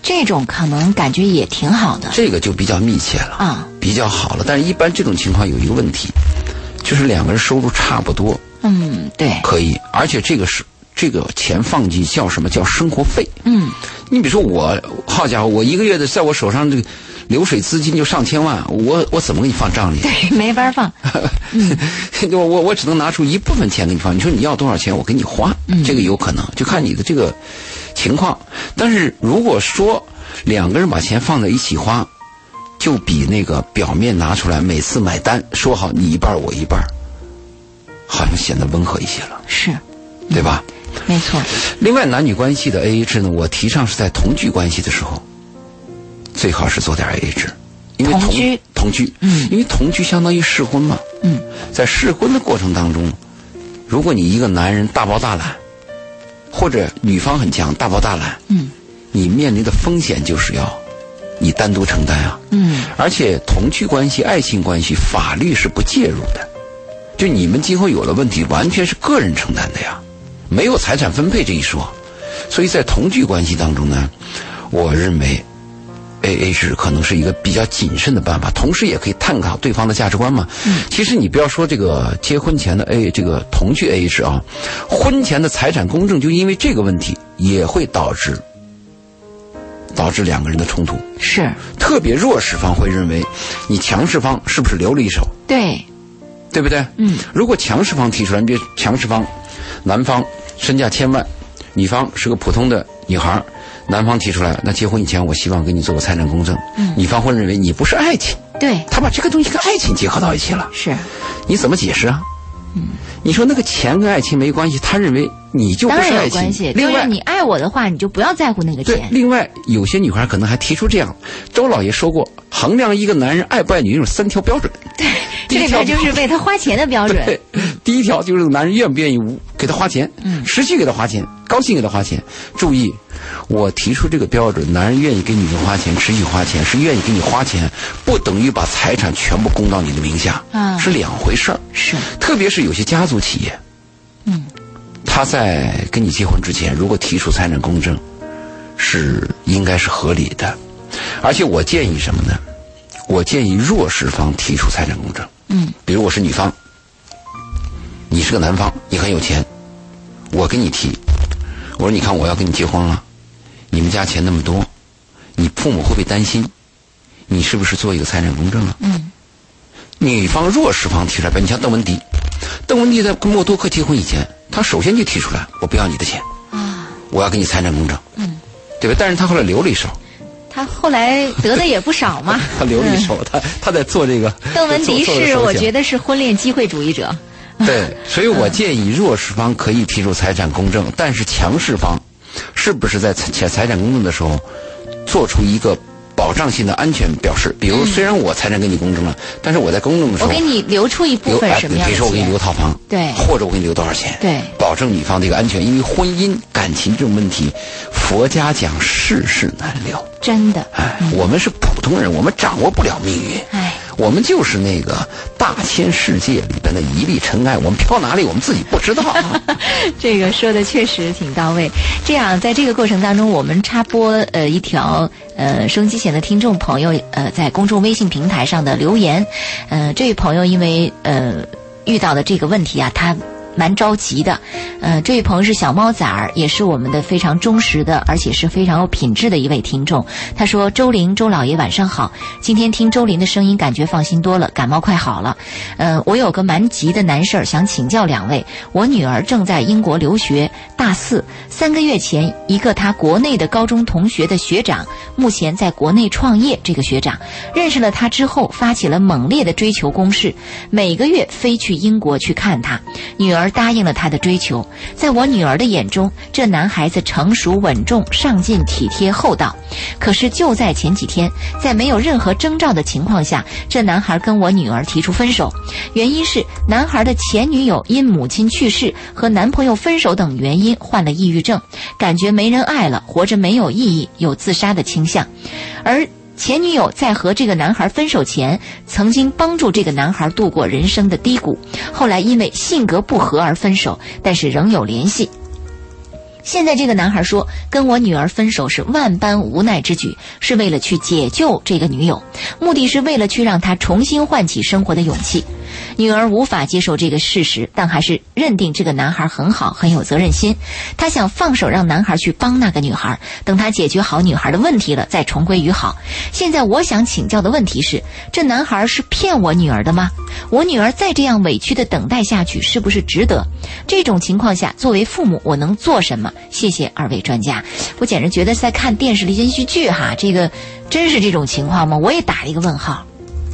这种可能感觉也挺好的。 这个就比较密切了啊，比较好了。但是一般这种情况有一个问题，就是两个人收入差不多。 对， 可以，而且这个钱放进叫什么叫生活费？你比如说我，好家伙，我一个月的在我手上这个流水资金就上千万，我怎么给你放账里？ 对，没法放。 我只能拿出一部分钱给你放。你说你要多少钱，我给你花，这个有可能，就看你的这个情况。但是如果说两个人把钱放在一起花，就比那个表面拿出来每次买单说好你一半我一半，好像显得温和一些了。 是， 对吧？ 没错。另外，男女关系的 AA 制呢，我提倡是在同居关系的时候，最好是做点 AA 制，因为同居，因为同居相当于试婚嘛。在试婚的过程当中，如果你一个男人大包大揽，或者女方很强大包大揽，你面临的风险就是要你单独承担啊。而且同居关系、爱情关系，法律是不介入的，就你们今后有了问题，完全是个人承担的呀。没有财产分配这一说，所以在同居关系当中呢，我认为 AA 制可能是一个比较谨慎的办法，同时也可以探讨对方的价值观嘛。其实你不要说这个结婚前的 AA 这个同居 AA 制啊，婚前的财产公证就因为这个问题也会导致两个人的冲突。 是， 特别弱势方会认为你强势方是不是留了一手？对不对？如果强势方提出来，你比如强势方男方身价1000万，女方是个普通的女孩，男方提出来，那结婚以前我希望给你做个财产公证，女方会认为你不是爱情， 对， 他把这个东西跟爱情结合到一起了， 是， 你怎么解释啊？你说那个钱跟爱情没关系，他认为你就不是爱情。当然有关系，另外你爱我的话，你就不要在乎那个钱。 对，另外有些女孩可能还提出这样，周老爷说过，衡量一个男人爱不爱你有3条标准。 对，这里边就是为他花钱的标准。 对，第一条就是男人愿不愿意给他花钱，持续给他花钱，高兴给他花钱。注意，我提出这个标准，男人愿意给女人花钱，持续花钱，是愿意给你花钱，不等于把财产全部供到你的名下，是两回事儿。 是， 特别是有些家族企业，他在跟你结婚之前，如果提出财产公证，应该是合理的。而且我建议什么呢？我建议弱势方提出财产公证。比如我是女方，你是个男方，你很有钱，我跟你提，我说你看我要跟你结婚了，你们家钱那么多，你父母会不会担心？你是不是做一个财产公证啊？女方弱势方提出来，你像邓文迪在跟默多克结婚以前，他首先就提出来，我不要你的钱啊，我要给你财产公证，对吧？但是他后来留了一手。 他后来得的也不少嘛。 他留了一手，他在做这个。 邓文迪我觉得是婚恋机会主义者。 对，所以我建议弱势方可以提出财产公证，但是强势方是不是在财产公证的时候做出一个保障性的安全表示？比如虽然我财产给你公证了，但是我在公证的时候， 我给你留出一部分什么样的钱？ 比如说我给你留套房， 对， 或者我给你留多少钱？ 对， 保证女方的一个安全。因为婚姻感情这种问题，佛家讲世事难料， 真的。 我们是普通人，我们掌握不了命运。我们就是那个大千世界里边的一粒尘埃，我们飘哪里我们自己不知道。 这个说的确实挺到位。这样，在这个过程当中，我们插播一条收音机前的听众朋友在公众微信平台上的留言。这位朋友因为遇到的这个问题啊，他蛮着急的。这位朋友是小猫崽儿，也是我们的非常忠实的，而且是非常有品质的一位听众。他说：周老爷晚上好，今天听周林的声音感觉放心多了，感冒快好了。我有个蛮急的难事儿想请教两位。我女儿正在英国留学，大4。3个月前，一个她国内的高中同学的学长，目前在国内创业，这个学长认识了她之后，发起了猛烈的追求攻势，每个月飞去英国去看她。女儿答应了他的追求。在我女儿的眼中，这男孩子成熟稳重、上进、体贴、厚道。可是就在前几天，在没有任何征兆的情况下，这男孩跟我女儿提出分手，原因是男孩的前女友因母亲去世和男朋友分手等原因患了抑郁症，感觉没人爱了，活着没有意义，有自杀的倾向。而前女友在和这个男孩分手前，曾经帮助这个男孩度过人生的低谷，后来因为性格不合而分手，但是仍有联系。 现在这个男孩说，跟我女儿分手是万般无奈之举，是为了去解救这个女友，目的是为了去让她重新唤起生活的勇气。女儿无法接受这个事实，但还是认定这个男孩很好，很有责任心。她想放手让男孩去帮那个女孩，等他解决好女孩的问题了，再重归于好。现在我想请教的问题是，这男孩是骗我女儿的吗？我女儿再这样委屈的等待下去，是不是值得？这种情况下，作为父母，我能做什么？谢谢二位专家。我简直觉得在看电视连续剧哈，这个真是这种情况吗？我也打了一个问号。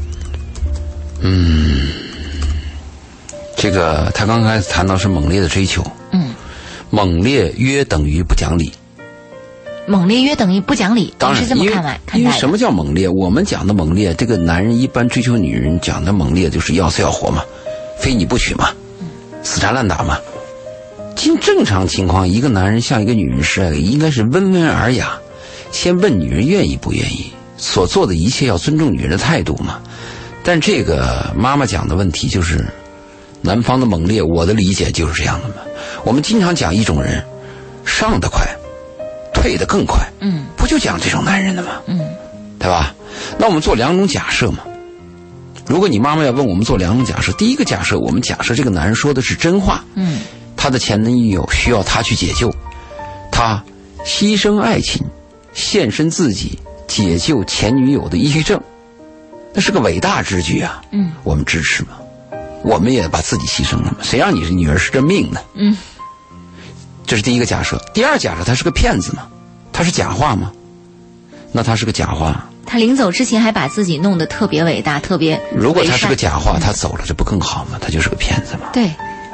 这个他刚才谈到是猛烈的追求，猛烈约等于不讲理。 猛烈约等于不讲理， 当然是这么看待的。 因为什么叫猛烈？我们讲的猛烈，这个男人一般追求女人讲的猛烈就是要死要活嘛，非你不娶嘛，死缠烂打嘛。经正常情况，一个男人向一个女人示爱，应该是温文尔雅，先问女人愿意不愿意，所做的一切要尊重女人的态度嘛。但这个妈妈讲的问题就是男方的猛烈，我的理解就是这样的嘛。我们经常讲一种人上得快退得更快，不就讲这种男人的吗？对吧？那我们做两种假设嘛。如果你妈妈要问我们做两种假设，第一个假设，我们假设这个男人说的是真话，他的前男友需要他去解救，他牺牲爱情，献身自己，解救前女友的抑郁症，那是个伟大之举啊！我们支持嘛，我们也把自己牺牲了嘛，谁让你女儿是这命呢？这是第一个假设。第二假设，他是个骗子嘛，他是假话吗？那他是个假话。 他临走之前还把自己弄得特别伟大，特别伪善。 如果他是个假话，他走了，这不更好吗？他就是个骗子嘛。 对。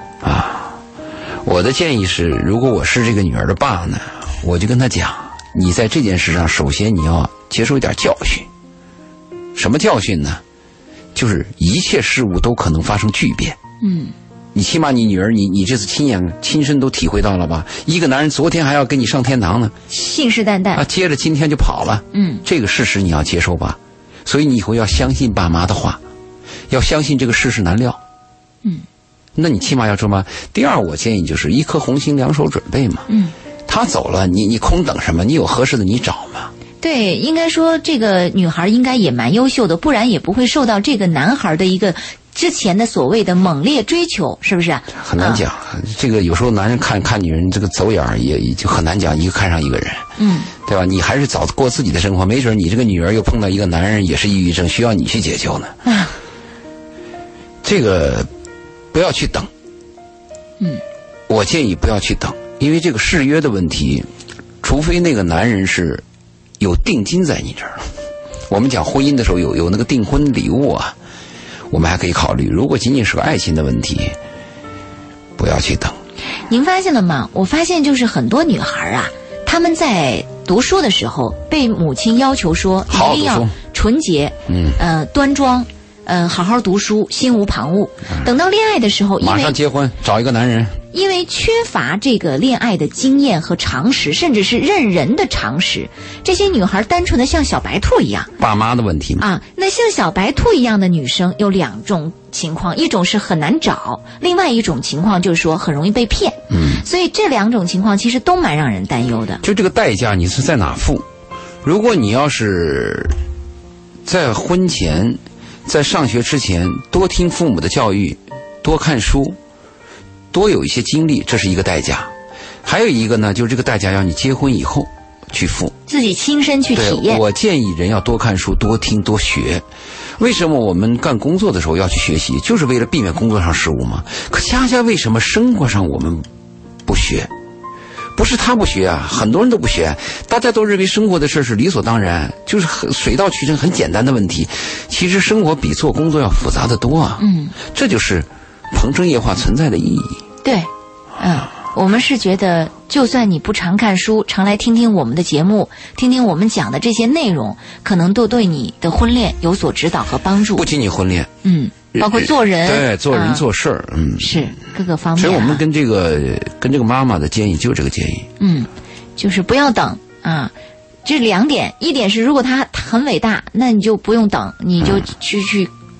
我的建议是，如果我是这个女儿的爸呢，我就跟他讲，你在这件事上，首先你要接受一点教训。什么教训呢？就是一切事物都可能发生巨变。你起码你女儿，你这次亲身都体会到了吧？一个男人昨天还要跟你上天堂呢， 信誓旦旦接着今天就跑了。这个事实你要接受吧。所以你以后要相信爸妈的话，要相信这个世事难料。那你起码要这么。第二，我建议就是一颗红心两手准备嘛。他走了，你空等什么？你有合适的你找嘛。 对，应该说这个女孩应该也蛮优秀的，不然也不会受到这个男孩的一个之前的所谓的猛烈追求，是不是？ 很难讲。这个有时候男人看女人这个走眼儿也就很难讲，一个看上一个人，对吧？你还是早过自己的生活，没准你这个女儿又碰到一个男人也是抑郁症，需要你去解救呢。这个不要去等。我建议不要去等，因为这个誓约的问题，除非那个男人是有定金在你这儿。我们讲婚姻的时候有那个订婚礼物啊，我们还可以考虑。如果仅仅是个爱情的问题，不要去等。 您发现了吗？我发现就是很多女孩啊，她们在读书的时候被母亲要求说一定要纯洁，端庄，好好读书，心无旁骛。等到恋爱的时候， 马上结婚，找一个男人。 因为缺乏这个恋爱的经验和常识，甚至是认人的常识，这些女孩单纯的像小白兔一样。 爸妈的问题嘛。 那像小白兔一样的女生有两种情况，一种是很难找，另外一种情况就是说很容易被骗。所以这两种情况其实都蛮让人担忧的。 就这个代价你是在哪付？如果你要是在婚前，在上学之前多听父母的教育，多看书，多有一些经历，这是一个代价。还有一个呢，就是这个代价要你结婚以后去付，自己亲身去体验。对，我建议人要多看书，多听，多学。为什么我们干工作的时候要去学习？就是为了避免工作上失误嘛。可恰恰为什么生活上我们不学？不是他不学啊，很多人都不学。大家都认为生活的事是理所当然，就是很水到渠成、很简单的问题。其实生活比做工作要复杂得多啊。这就是鹏城夜话存在的意义。对，我们是觉得，就算你不常看书，常来听听我们的节目，听听我们讲的这些内容，可能都对你的婚恋有所指导和帮助。不仅你婚恋，包括做人，对，做人做事儿，是各个方面。所以我们跟这个妈妈的建议就是这个建议，就是不要等啊。这两点，一点是如果他很伟大，那你就不用等，你就去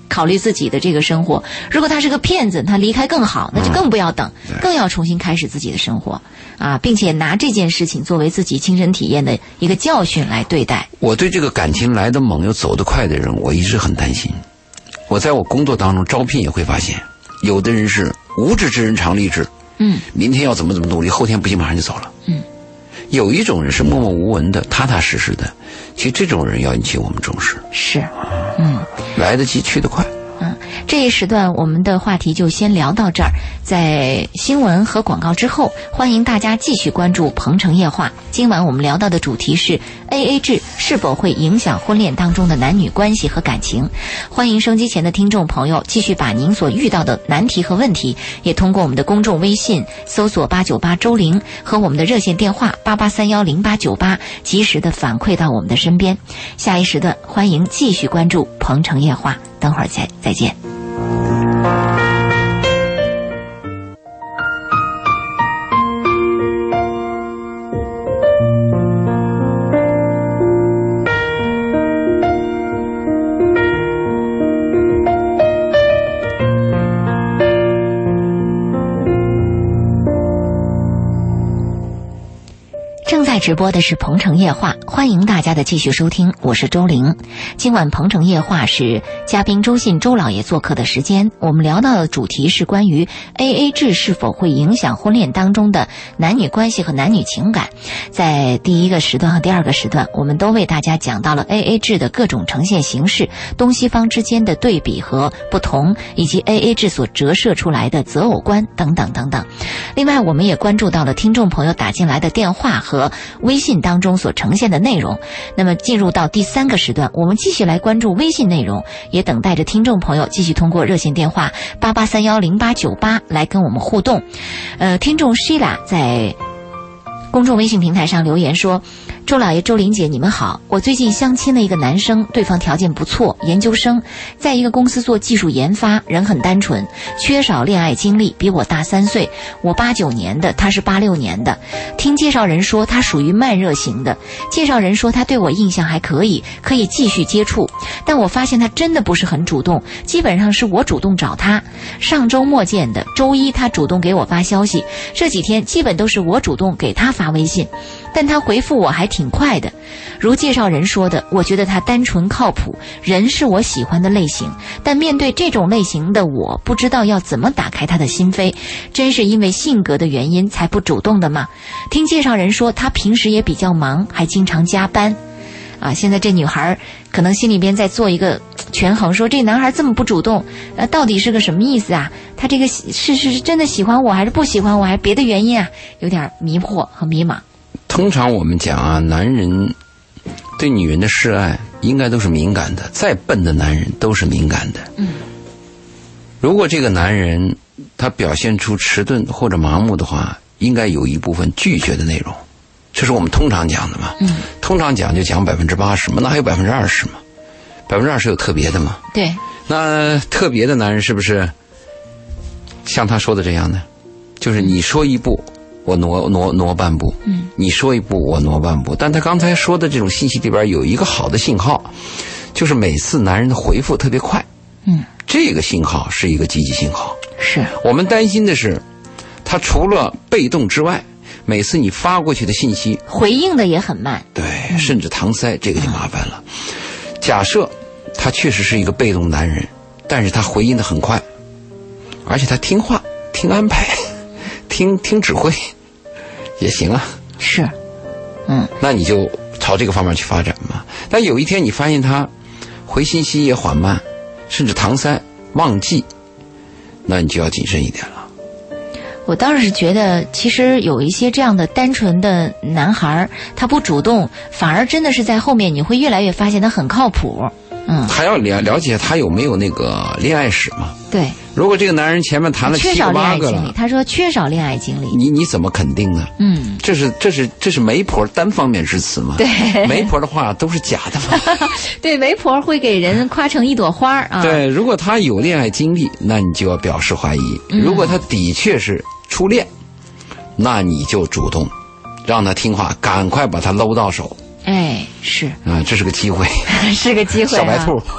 考虑自己的这个生活。如果他是个骗子，他离开更好，那就更不要等，更要重新开始自己的生活啊，并且拿这件事情作为自己亲身体验的一个教训来对待。 我对这个感情来得猛又走得快的人，我一直很担心。我在我工作当中招聘也会发现，有的人是无志之人常立志，明天要怎么努力，后天不行马上就走了，有一种人是默默无闻的，踏踏实实的，其实这种人要引起我们重视。 是， 来得及去得快。 这一时段我们的话题就先聊到这儿，在新闻和广告之后，欢迎大家继续关注鹏城夜话。今晚我们聊到的主题是 AA 制是否会影响婚恋当中的男女关系和感情。欢迎收机前的听众朋友继续把您所遇到的难题和问题，也通过我们的公众微信搜索898周玲和我们的热线电话88310898及时的反馈到我们的身边。下一时段欢迎继续关注鹏城夜话，等会儿再见。正在直播的是鹏城夜话，欢迎大家的继续收听，我是周玲。今晚鹏城夜话是嘉宾周信周老爷做客的时间，我们聊到的主题是关于 AA 制是否会影响婚恋当中的男女关系和男女情感。在第一个时段和第二个时段，我们都为大家讲到了 AA 制的各种呈现形式，东西方之间的对比和不同，以及 AA 制所折射出来的择偶观等等等等。另外我们也关注到了听众朋友打进来的电话和微信当中所呈现的内容。那么进入到第三个时段，我们继续来关注微信内容，也等待着听众朋友继续通过热线电话88310898来跟我们互动。听众 Sheila 在公众微信平台上留言说，周老爷周玲姐你们好，我最近相亲了一个男生，对方条件不错，研究生，在一个公司做技术研发，人很单纯，缺少恋爱经历，比我大3岁，我89年的，他是86年的。听介绍人说他属于慢热型的，介绍人说他对我印象还可以，可以继续接触，但我发现他真的不是很主动，基本上是我主动找他。上周末见的，周一他主动给我发消息，这几天基本都是我主动给他发微信，但他回复我还挺快的。如介绍人说的，我觉得他单纯靠谱，人是我喜欢的类型，但面对这种类型的我，不知道要怎么打开他的心扉，真是因为性格的原因才不主动的吗？听介绍人说他平时也比较忙，还经常加班啊。现在这女孩可能心里边在做一个权衡，说这男孩这么不主动，到底是个什么意思啊？他这个是真的喜欢我，还是不喜欢我，还是别的原因啊？有点迷惑和迷茫。 通常我们讲啊，男人对女人的示爱应该都是敏感的，再笨的男人都是敏感的。如果这个男人他表现出迟钝或者麻木的话，应该有一部分拒绝的内容，这是我们通常讲的嘛。通常讲就讲80%嘛，那还有20%嘛，20%有特别的嘛。对，那特别的男人是不是像他说的这样呢？就是你说一步我挪半步，你说一步我挪半步。但他刚才说的这种信息里边有一个好的信号，就是每次男人的回复特别快，这个信号是一个积极信号。是我们担心的是，他除了被动之外，每次你发过去的信息回应的也很慢， 对，甚至搪塞，这个就麻烦了。假设他确实是一个被动男人，但是他回应的很快，而且他听话、听安排、听指挥也行啊。是，那你就朝这个方面去发展嘛。但有一天你发现他回信息也缓慢，甚至搪塞、忘记，那你就要谨慎一点了。 我倒是觉得，其实有一些这样的单纯的男孩，他不主动，反而真的是在后面你会越来越发现他很靠谱。 还要了解他有没有那个恋爱史嘛？对，如果这个男人前面谈了7个8个了， 他说缺少恋爱经历， 你怎么肯定呢？这是媒婆单方面之词嘛？对，媒婆的话都是假的嘛？ 对，媒婆会给人夸成一朵花啊。 对，如果他有恋爱经历，那你就要表示怀疑；如果他的确是初恋，那你就主动让他听话，赶快把他搂到手， 哎，是啊，这是个机会， 是个机会、啊。 小白兔，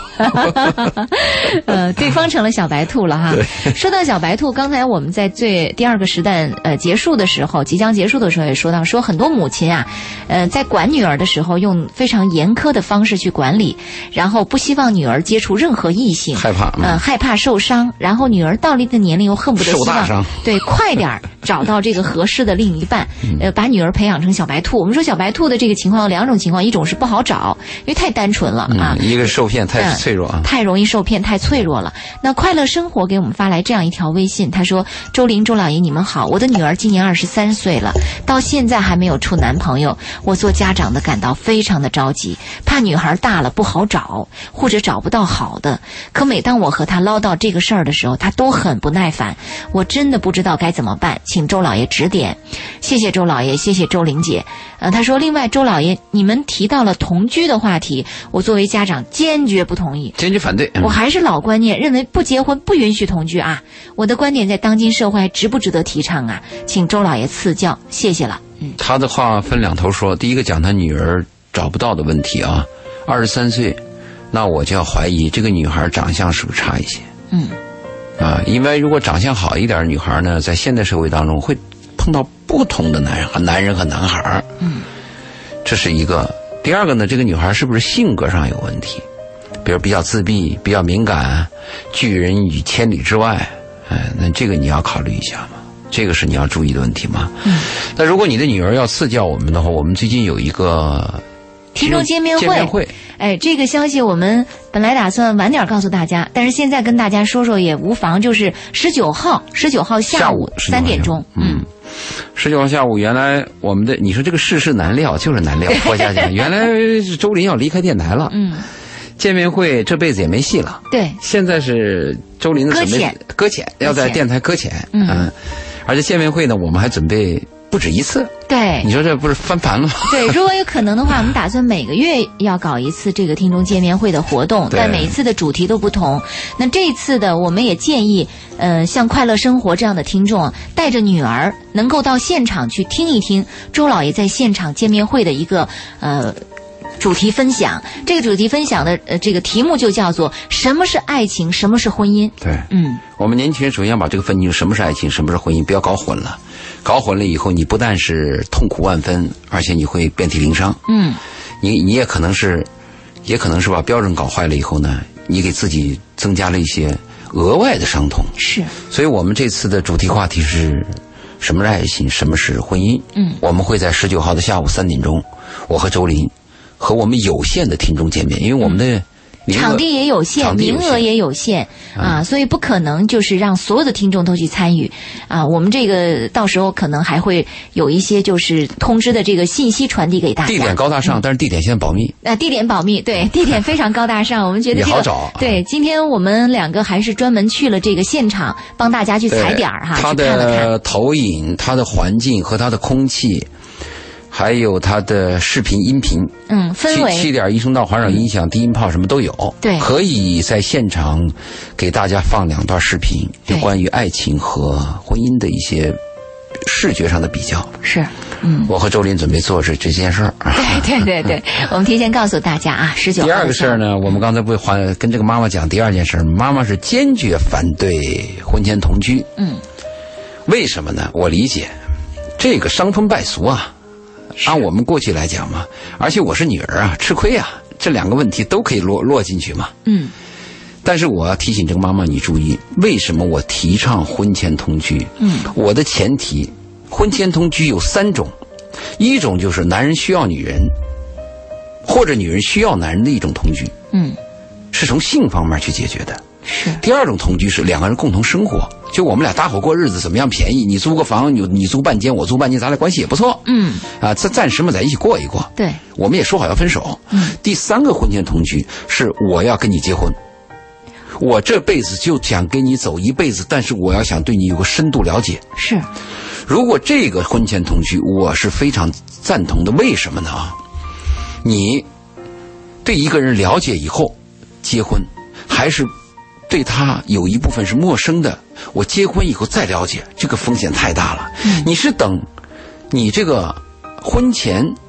对方成了小白兔了哈。说到小白兔，刚才我们在第二个时段结束的时候，即将结束的时候也说到，说很多母亲啊，在管女儿的时候用非常严苛的方式去管理，然后不希望女儿接触任何异性，害怕受伤，然后女儿到了一个年龄又恨不得希望对快点找到这个合适的另一半，把女儿培养成小白兔。我们说小白兔的这个情况有两种情况，一种是不好找，因为太单纯了啊， 一个受骗太脆弱啊， 太容易受骗，太脆弱了。那快乐生活给我们发来这样一条微信，他说：周林、周老爷你们好，我的女儿今年23岁了，到现在还没有处男朋友，我做家长的感到非常的着急，怕女孩大了不好找，或者找不到好的。可每当我和她唠叨这个事儿的时候，她都很不耐烦，我真的不知道该怎么办，请周老爷指点。谢谢周老爷，谢谢周玲姐。他说另外周老爷，你们提到了同居的话题，我作为家长坚决不同意， 坚决反对。 我还是老观念，认为不结婚不允许同居啊。我的观点在当今社会还值不值得提倡啊？请周老爷赐教，谢谢了。 他的话分两头说，第一个讲他女儿找不到的问题啊，23岁，那我就要怀疑这个女孩长相是不是差一些？因为如果长相好一点的女孩呢，在现代社会当中会碰到不同的男人和男孩，这是一个。第二个呢，这个女孩是不是性格上有问题？比如比较自闭、比较敏感、拒人于千里之外，那这个你要考虑一下嘛，这个是你要注意的问题嘛。那如果你的女儿要赐教我们的话，我们最近有一个听众见面会。这个消息我们本来打算晚点告诉大家，但是现在跟大家说说也无妨，就是19号下午3点钟。 19号下午，原来我们的你说这个世事难料，就是难料。郭家讲，原来周林要离开电台了。见面会这辈子也没戏了。对，现在是周林的准备搁浅，要在电台搁浅。而且见面会呢，我们还准备不止一次。对，你说这不是翻盘了吗？对， 如果有可能的话，我们打算每个月要搞一次这个听众见面会的活动，但每一次的主题都不同。那这一次的，我们也建议，像快乐生活这样的听众，带着女儿能够到现场去听一听周老爷在现场见面会的一个主题分享。这个主题分享的这个题目就叫做什么是爱情，什么是婚姻。 对，我们年轻人首先要把这个分清，什么是爱情，什么是婚姻，不要搞混了。搞混了以后，你不但是痛苦万分，而且你会遍体鳞伤。你也可能是把标准搞坏了以后呢，你给自己增加了一些额外的伤痛。是，所以我们这次的主题话题是什么是爱情，什么是婚姻。我们会在19号的下午3点钟，我和周林和我们有限的听众见面，因为我们的场地也有限，名额也有限啊，所以不可能就是让所有的听众都去参与啊。我们这个到时候可能还会有一些就是通知的这个信息传递给大家。 地点高大上，但是地点现在保密。 地点保密，对，地点非常高大上，我们觉得这个也好找。对，今天我们两个还是专门去了这个现场，帮大家去踩点哈， 它的投影、它的环境和它的空气。还有它的视频、音频， 氛围 7.1声道环绕音响、低音炮什么都有。对，可以在现场给大家放2段视频，就关于爱情和婚姻的一些视觉上的比较。是，我和周林准备做这件事儿。 对，我们提前告诉大家啊，19号。 第二个事儿呢，我们刚才不跟这个妈妈讲第二件事，妈妈是坚决反对婚前同居。为什么呢？我理解，这个伤风败俗啊。按我们过去来讲嘛，而且我是女儿啊，吃亏啊，这2个问题都可以落进去嘛。但是我要提醒这个妈妈，你注意，为什么我提倡婚前同居？我的前提，婚前同居有3种，一种就是男人需要女人，或者女人需要男人的一种同居，是从性方面去解决的。是。第二种同居是2个人共同生活，就我们俩搭伙过日子，怎么样便宜？你租个房，你租半间，我租半间，咱俩关系也不错。暂时嘛在一起过一过。对，我们也说好要分手。第3个婚前同居是我要跟你结婚，我这辈子就想跟你走一辈子，但是我要想对你有个深度了解。是，如果这个婚前同居，我是非常赞同的。为什么呢？你对一个人了解以后结婚，还是对他有一部分是陌生的，我结婚以后再了解，这个风险太大了。你是等你这个婚前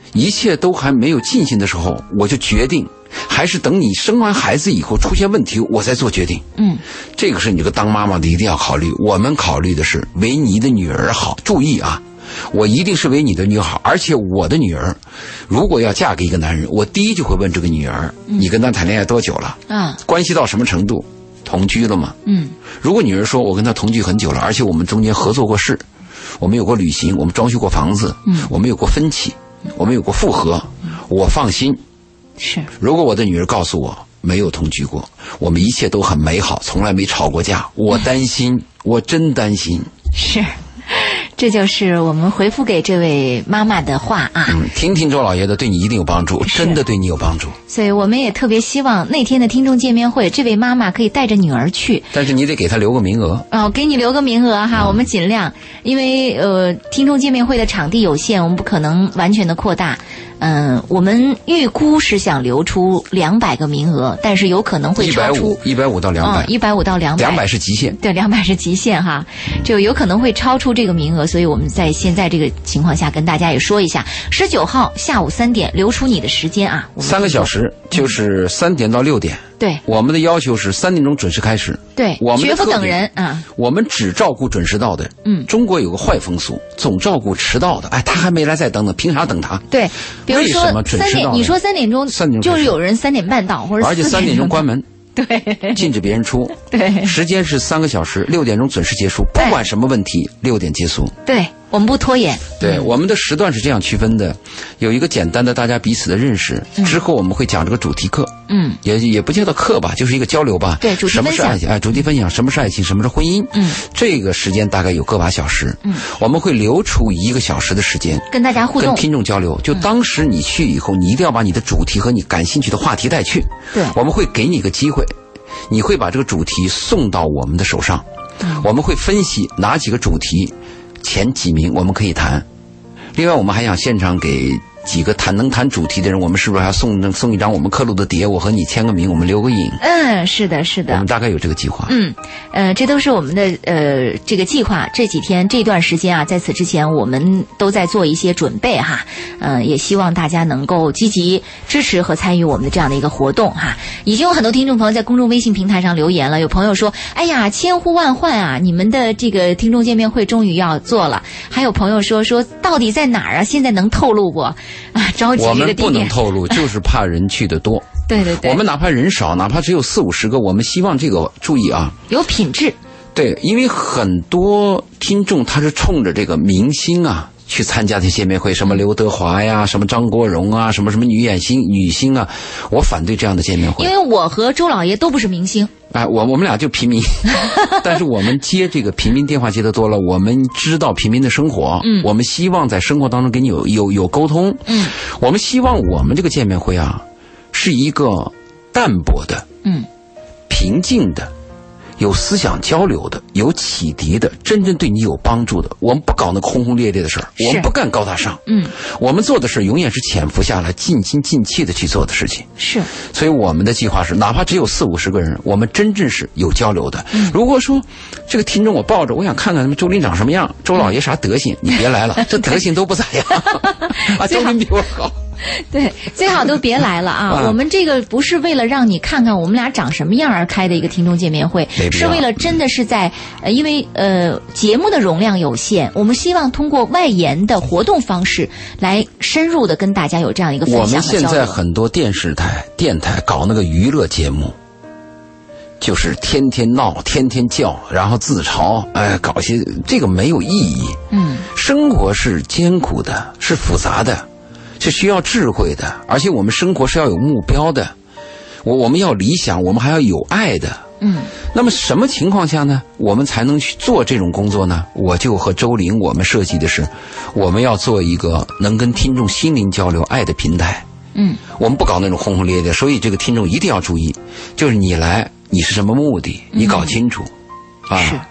一切都还没有进行的时候，我就决定，还是等你生完孩子以后出现问题，我再做决定。这个是你这个当妈妈的一定要考虑。我们考虑的是为你的女儿好，注意啊，我一定是为你的女儿好，而且我的女儿如果要嫁给一个男人，我第一就会问这个女儿，你跟他谈恋爱多久了？关系到什么程度？同居了吗？如果女儿说我跟他同居很久了，而且我们中间合作过事，我们有过旅行，我们装修过房子，我们有过分歧，我们有过复合，我放心。 是。 如果我的女儿告诉我没有同居过，我们一切都很美好，从来没吵过架，我担心，我真担心。 是。这就是我们回复给这位妈妈的话啊。 听听周老爷的，对你一定有帮助，真的对你有帮助。 所以我们也特别希望那天的听众见面会，这位妈妈可以带着女儿去。 但是你得给她留个名额。 给你留个名额哈，我们尽量，因为听众见面会的场地有限，我们不可能完全的扩大。我们预估是想留出200个名额，但是有可能会超出 150到200。 150到200 是极限。 对，200是极限哈，就有可能会超出这个名额，所以我们在现在这个情况下跟大家也说一下，19号下午3点留出你的时间啊，3 个小时，就是3点到6点。 对， 我们的要求是3点钟准时开始。 对， 我们绝不等人啊。 我们只照顾准时到的。中国有个坏风俗，总照顾迟到的。他还没来再等等，凭啥等他？ 对，比如说3点，你说3点钟，就是有人3点半到，或者而且3点钟关门。 对， 禁止别人出。 对， 时间是3个小时，6点钟准时结束，不管什么问题，6点结束。 对，我们不拖延。 对，我们的时段是这样区分的，有一个简单的大家彼此的认识，之后我们会讲这个主题课。也不叫做课吧，就是一个交流吧。 对，主题分享。 什么是爱情？主题分享，什么是爱情？什么是婚姻？这个时间大概有个把小时。我们会留出1个小时的时间跟大家互动， 跟听众交流。就当时你去以后，你一定要把你的主题和你感兴趣的话题带去。 对， 我们会给你一个机会。你会把这个主题送到我们的手上，我们会分析哪几个主题前几名我们可以谈。另外我们还想现场给几个能谈主题的人，我们是不是还要送一张我们刻录的碟，我和你签个名，我们留个影。 是的是的， 我们大概有这个计划。 这都是我们的这个计划。这几天这段时间啊，在此之前我们都在做一些准备哈。也希望大家能够积极支持和参与我们的这样的一个活动哈。已经有很多听众朋友在公众微信平台上留言了，有朋友说哎呀千呼万唤啊，你们的这个听众见面会终于要做了。还有朋友说到底在哪儿啊，现在能透露不啊？着急这个地点。 我们不能透露，就是怕人去的多。 对对对， 我们哪怕人少，哪怕只有40-50个，我们希望这个注意啊， 有品质。 对，因为很多听众他是冲着这个明星啊去参加的见面会，什么刘德华呀，什么张国荣啊，什么女星啊，我反对这样的见面会。 因为我和周老爷都不是明星。 我们俩就平民，但是我们接这个平民电话接得多了，我们知道平民的生活。我们希望在生活当中跟你有沟通。我们希望我们这个见面会啊，是一个淡泊的，平静的，有思想交流的，有启迪的，真正对你有帮助的。我们不搞那轰轰烈烈的事儿，我们不干高大上。我们做的事永远是潜伏下来，尽心尽气的去做的事情。 是， 所以我们的计划是，哪怕只有40-50个人，我们真正是有交流的。如果说这个听众我抱着，我想看看他们周林长什么样，周老爷啥德行，你别来了，这德行都不咋样。周林比我好。 对，最好都别来了啊！我们这个不是为了让你看看我们俩长什么样而开的一个听众见面会，是为了真的是在因为节目的容量有限，我们希望通过外延的活动方式来深入的跟大家有这样一个分享和交流。 我们现在很多电视台、电台搞那个娱乐节目，就是天天闹、天天叫，然后自嘲，搞些这个没有意义。生活是艰苦的，是复杂的。是需要智慧的，而且我们生活是要有目标的，我们要理想，我们还要有爱的。那么什么情况下呢，我们才能去做这种工作呢？我就和周玲我们设计的是，我们要做一个能跟听众心灵交流爱的平台。我们不搞那种轰轰烈烈，所以这个听众一定要注意，就是你来你是什么目的，你搞清楚。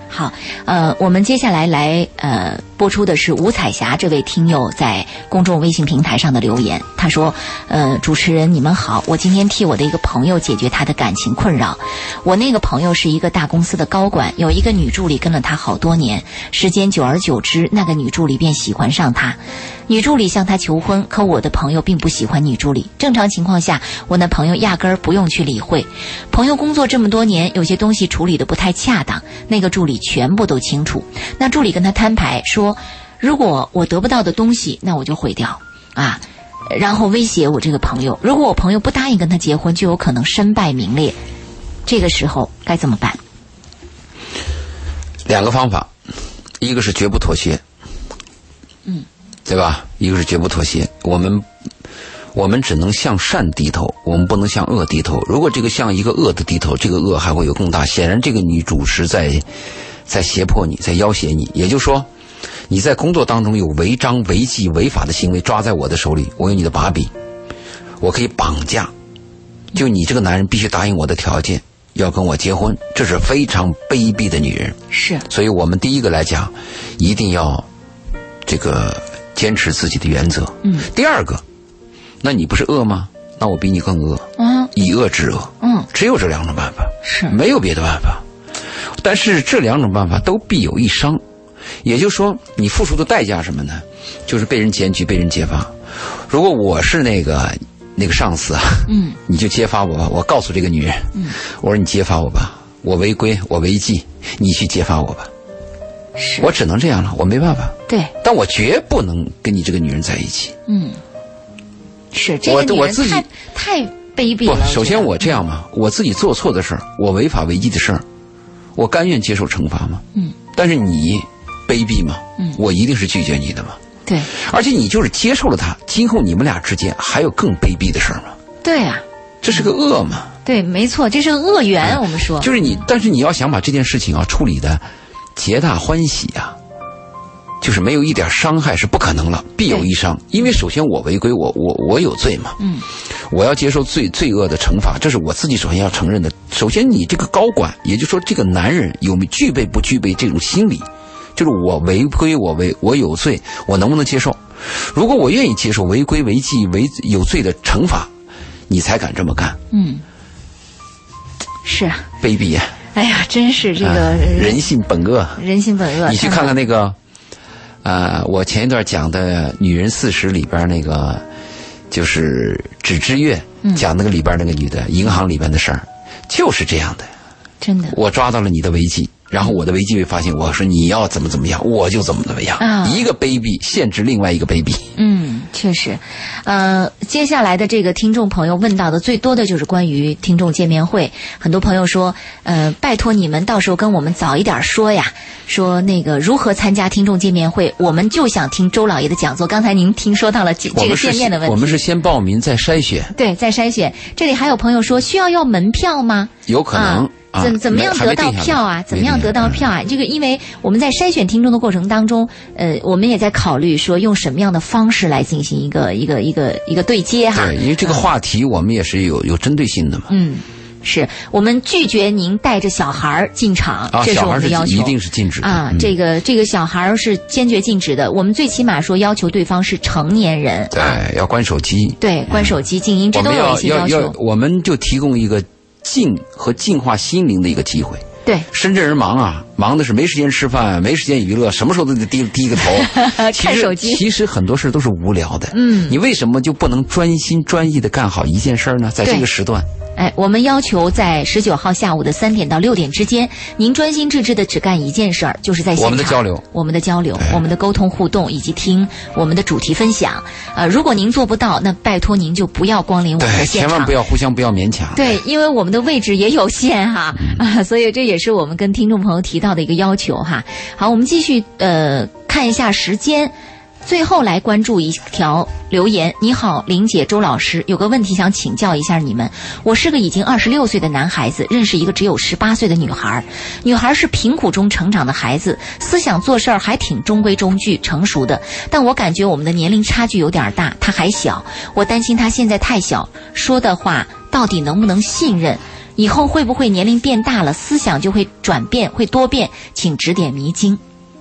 好，我们接下来播出的是吴彩霞这位听友在公众微信平台上的留言。他说，主持人你们好，我今天替我的一个朋友解决他的感情困扰。我那个朋友是一个大公司的高管，有一个女助理跟了他好多年，时间久而久之，那个女助理便喜欢上他。女助理向他求婚，可我的朋友并不喜欢女助理。正常情况下，我那朋友压根儿不用去理会。朋友工作这么多年，有些东西处理得不太恰当，那个助理全部都清楚。那助理跟他摊牌说，如果我得不到的东西，那我就毁掉啊，然后威胁我这个朋友，如果我朋友不答应跟他结婚，就有可能身败名裂。这个时候该怎么办？ 两个方法，一个是绝不妥协，对吧？一个是绝不妥协。我们只能向善低头，我们不能向恶低头。如果这个向一个恶的低头，这个恶还会有更大。显然这个女主是在胁迫你，在要挟你。也就是说，你在工作当中有违章、违纪、违法的行为抓在我的手里，我有你的把柄，我可以绑架。就你这个男人必须答应我的条件，要跟我结婚，这是非常卑鄙的女人。 是。所以我们第一个来讲，一定要这个坚持自己的原则。第二个，那你不是恶吗？那我比你更恶。以恶制恶。只有这两种办法，是没有别的办法。但是这两种办法都必有一伤，也就是说，你付出的代价什么呢？就是被人检举、被人揭发。如果我是那个上司啊，你就揭发我吧。我告诉这个女人，我说你揭发我吧，我违规，我违纪，你去揭发我吧。是，我只能这样了，我没办法。对，但我绝不能跟你这个女人在一起。 是这个女人太卑鄙了。 不，首先我这样嘛，我自己做错的事儿，我违法违纪的事儿，我甘愿接受惩罚吗？但是你卑鄙吗？我一定是拒绝你的嘛。对，而且你就是接受了他，今后你们俩之间还有更卑鄙的事儿吗？对啊，这是个恶嘛。对，没错，这是个恶缘。我们说，就是你，但是你要想把这件事情啊处理的皆大欢喜啊，就是没有一点伤害是不可能了，必有一伤。因为首先我违规，我有罪嘛。我要接受罪恶的惩罚，这是我自己首先要承认的。首先你这个高管，也就是说这个男人具备不具备这种心理，就是我违规，我有罪，我能不能接受？如果我愿意接受违规违纪有罪的惩罚，你才敢这么干。是啊，卑鄙啊！哎呀，真是这个人性本恶，人性本恶。你去看看那个我前一段讲的《女人40》里边那个，就是纸之月讲那个里边那个女的银行里边的事儿，就是这样的。真的，我抓到了你的违纪，然后我的违纪被发现，我说你要怎么样，我就怎么样。一个卑鄙限制另外一个卑鄙。确实。接下来的这个听众朋友问到的最多的就是关于听众见面会。很多朋友说，拜托你们到时候跟我们早一点说呀，说那个如何参加听众见面会，我们就想听周老爷的讲座。刚才您说到了这个见面的问题。我们是先报名再筛选。对，再筛选。这里还有朋友说，需要门票吗？有可能。怎么样得到票啊？怎么样得到票啊？这个，因为我们在筛选听众的过程当中，我们也在考虑说用什么样的方式来进行一个对接哈。对，因为这个话题我们也是有针对性的嘛。是我们拒绝您带着小孩进场，这是我们的要求，一定是禁止的啊。这个小孩是坚决禁止的。我们最起码说要求对方是成年人，对，要关手机，对，关手机、静音，这都有一些要求。我们就提供一个静和净化心灵的一个机会。对，深圳人忙啊，忙的是没时间吃饭，没时间娱乐，什么时候都得低个头看手机。其实很多事都是无聊的。你为什么就不能专心专意的干好一件事呢？在这个时段。我们要求在19号下午的3点到6点之间，您专心致志的只干一件事儿，就是在现场我们的交流、我们的沟通互动，以及听我们的主题分享。如果您做不到，那拜托您就不要光临我们的现场，千万不要互相不要勉强。对，因为我们的位置也有限哈，所以这也是我们跟听众朋友提到的一个要求哈。好，我们继续看一下时间。最后来关注一条留言。你好，林姐、周老师，有个问题想请教一下你们。我是个已经26岁的男孩子，认识一个只有18岁的女孩。女孩是贫苦中成长的孩子，思想做事儿还挺中规中矩、成熟的。但我感觉我们的年龄差距有点大，她还小，我担心她现在太小，说的话到底能不能信任？ 以后会不会年龄变大了，思想就会转变，会多变？请指点迷津。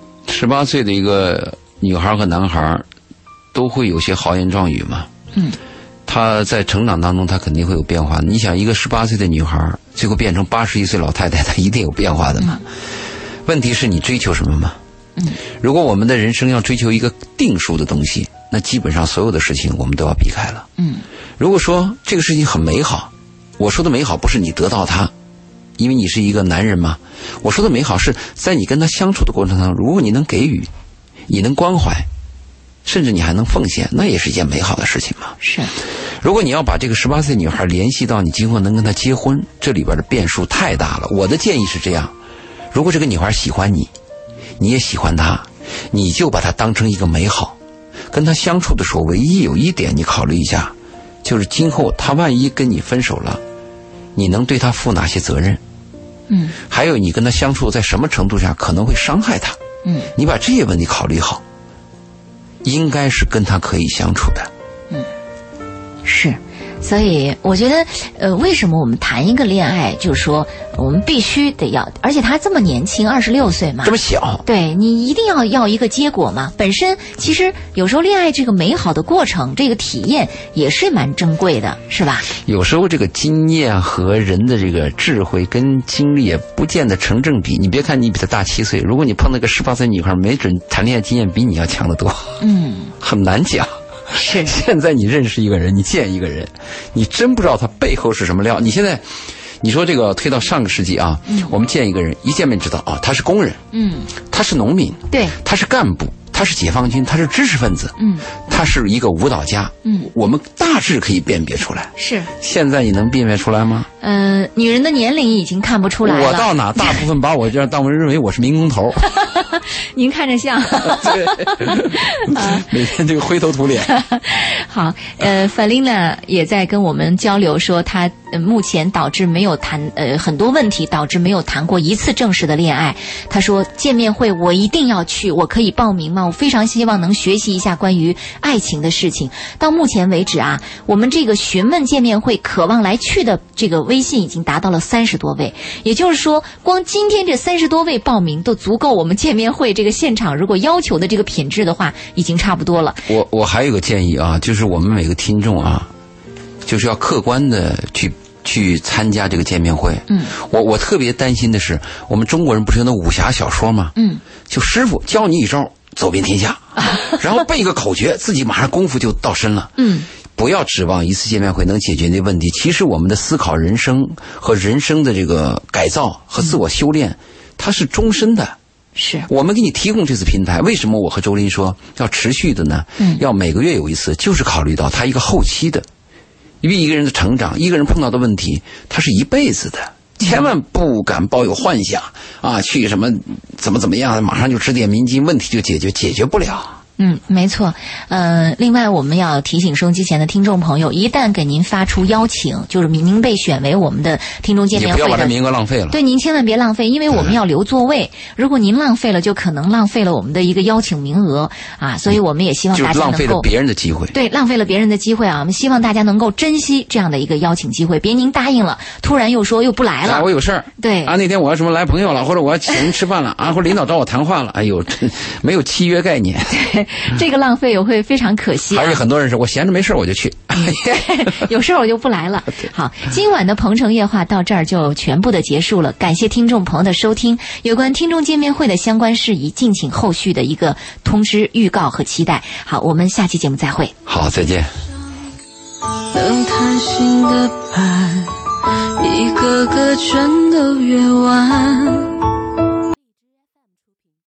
18岁的一个女孩和男孩都会有些豪言壮语嘛。她在成长当中，她肯定会有变化。你想，一个18岁的女孩最后变成81岁老太太，她一定有变化的嘛。问题是你追求什么嘛？如果我们的人生要追求一个定数的东西，那基本上所有的事情我们都要避开了。如果说这个事情很美好，我说的美好不是你得到它，因为你是一个男人嘛。我说的美好是在你跟他相处的过程当中，如果你能给予，你能关怀，甚至你还能奉献，那也是一件美好的事情嘛。 是。 如果你要把这个18岁女孩联系到你今后能跟她结婚，这里边的变数太大了。我的建议是这样，如果这个女孩喜欢你，你也喜欢她，你就把她当成一个美好，跟她相处的时候，唯一有一点你考虑一下，就是今后她万一跟你分手了，你能对她负哪些责任？还有你跟她相处在什么程度下可能会伤害她？你把这些问题考虑好，应该是跟她可以相处的。 是。所以我觉得为什么我们谈一个恋爱，就是说我们必须得要，而且他这么年轻，26岁嘛， 这么小， 对，你一定要一个结果嘛。本身其实有时候恋爱这个美好的过程，这个体验也是蛮珍贵的，是吧？ 有时候这个经验和人的这个智慧跟经历也不见得成正比。你别看你比他大7岁，如果你碰到个18岁女孩，没准谈恋爱经验比你要强得多。很难讲。 是。 现在你认识一个人，你见一个人，你真不知道他背后是什么料。你现在你说这个推到上个世纪啊，我们见一个人，一见面知道啊，他是工人，他是农民， 对， 他是干部，他是解放军，他是知识分子，他是一个舞蹈家，我们大致可以辨别出来。 是。 现在你能辨别出来吗？ 女人的年龄已经看不出来了。 我到哪大部分把我这样当为认为我是民工头。 您看着像。 对。每天这个灰头土脸。 好，法琳娜也在跟我们交流说，她目前导致没有谈很多问题，导致没有谈过一次正式的恋爱。她说见面会我一定要去，我可以报名吗？我非常希望能学习一下关于爱情的事情。到目前为止啊，我们这个询问见面会渴望来去的这个微信已经达到了30多位，也就是说光今天这30多位报名都足够我们见面会这个现场如果要求的这个品质的话已经差不多了。 我还有个建议啊，就是我们每个听众啊，就是要客观的去参加这个见面会。我特别担心的是，我们中国人不是有那武侠小说吗？就师傅教你一招走遍天下，然后背一个口诀，自己马上功夫就到身了。不要指望一次见面会能解决那问题。其实我们的思考人生和人生的这个改造和自我修炼，它是终身的。 是。 我们给你提供这次平台，为什么我和周林说要持续的呢？要每个月有一次，就是考虑到他一个后期的，因为一个人的成长，一个人碰到的问题，他是一辈子的。千万不敢抱有幻想啊，去什么怎么样，马上就指点迷津，问题就解决不了。 没错。另外我们要提醒收音机前的听众朋友，一旦给您发出邀请，就是您被选为我们的听众见面会的， 也不要把这名额浪费了。 对，您千万别浪费，因为我们要留座位。如果您浪费了，就可能浪费了我们的一个邀请名额啊。所以我们也希望大家能够，就浪费了别人的机会。对，浪费了别人的机会啊！我们希望大家能够珍惜这样的一个邀请机会，别您答应了，突然又说又不来了。我有事儿。对啊，那天我要什么来朋友了，或者我要请人吃饭了啊，或者领导找我谈话了，哎呦，没有契约概念。对。这个浪费也会非常可惜。而且很多人说我闲着没事我就去，对，有事我就不来了。好，今晚的鹏城夜话到这儿就全部的结束了，感谢听众朋友的收听。有关听众见面会的相关事宜，敬请后续的一个通知、预告和期待。好，我们下期节目再会。好，再见。能谈心的伴，一个个全都约完。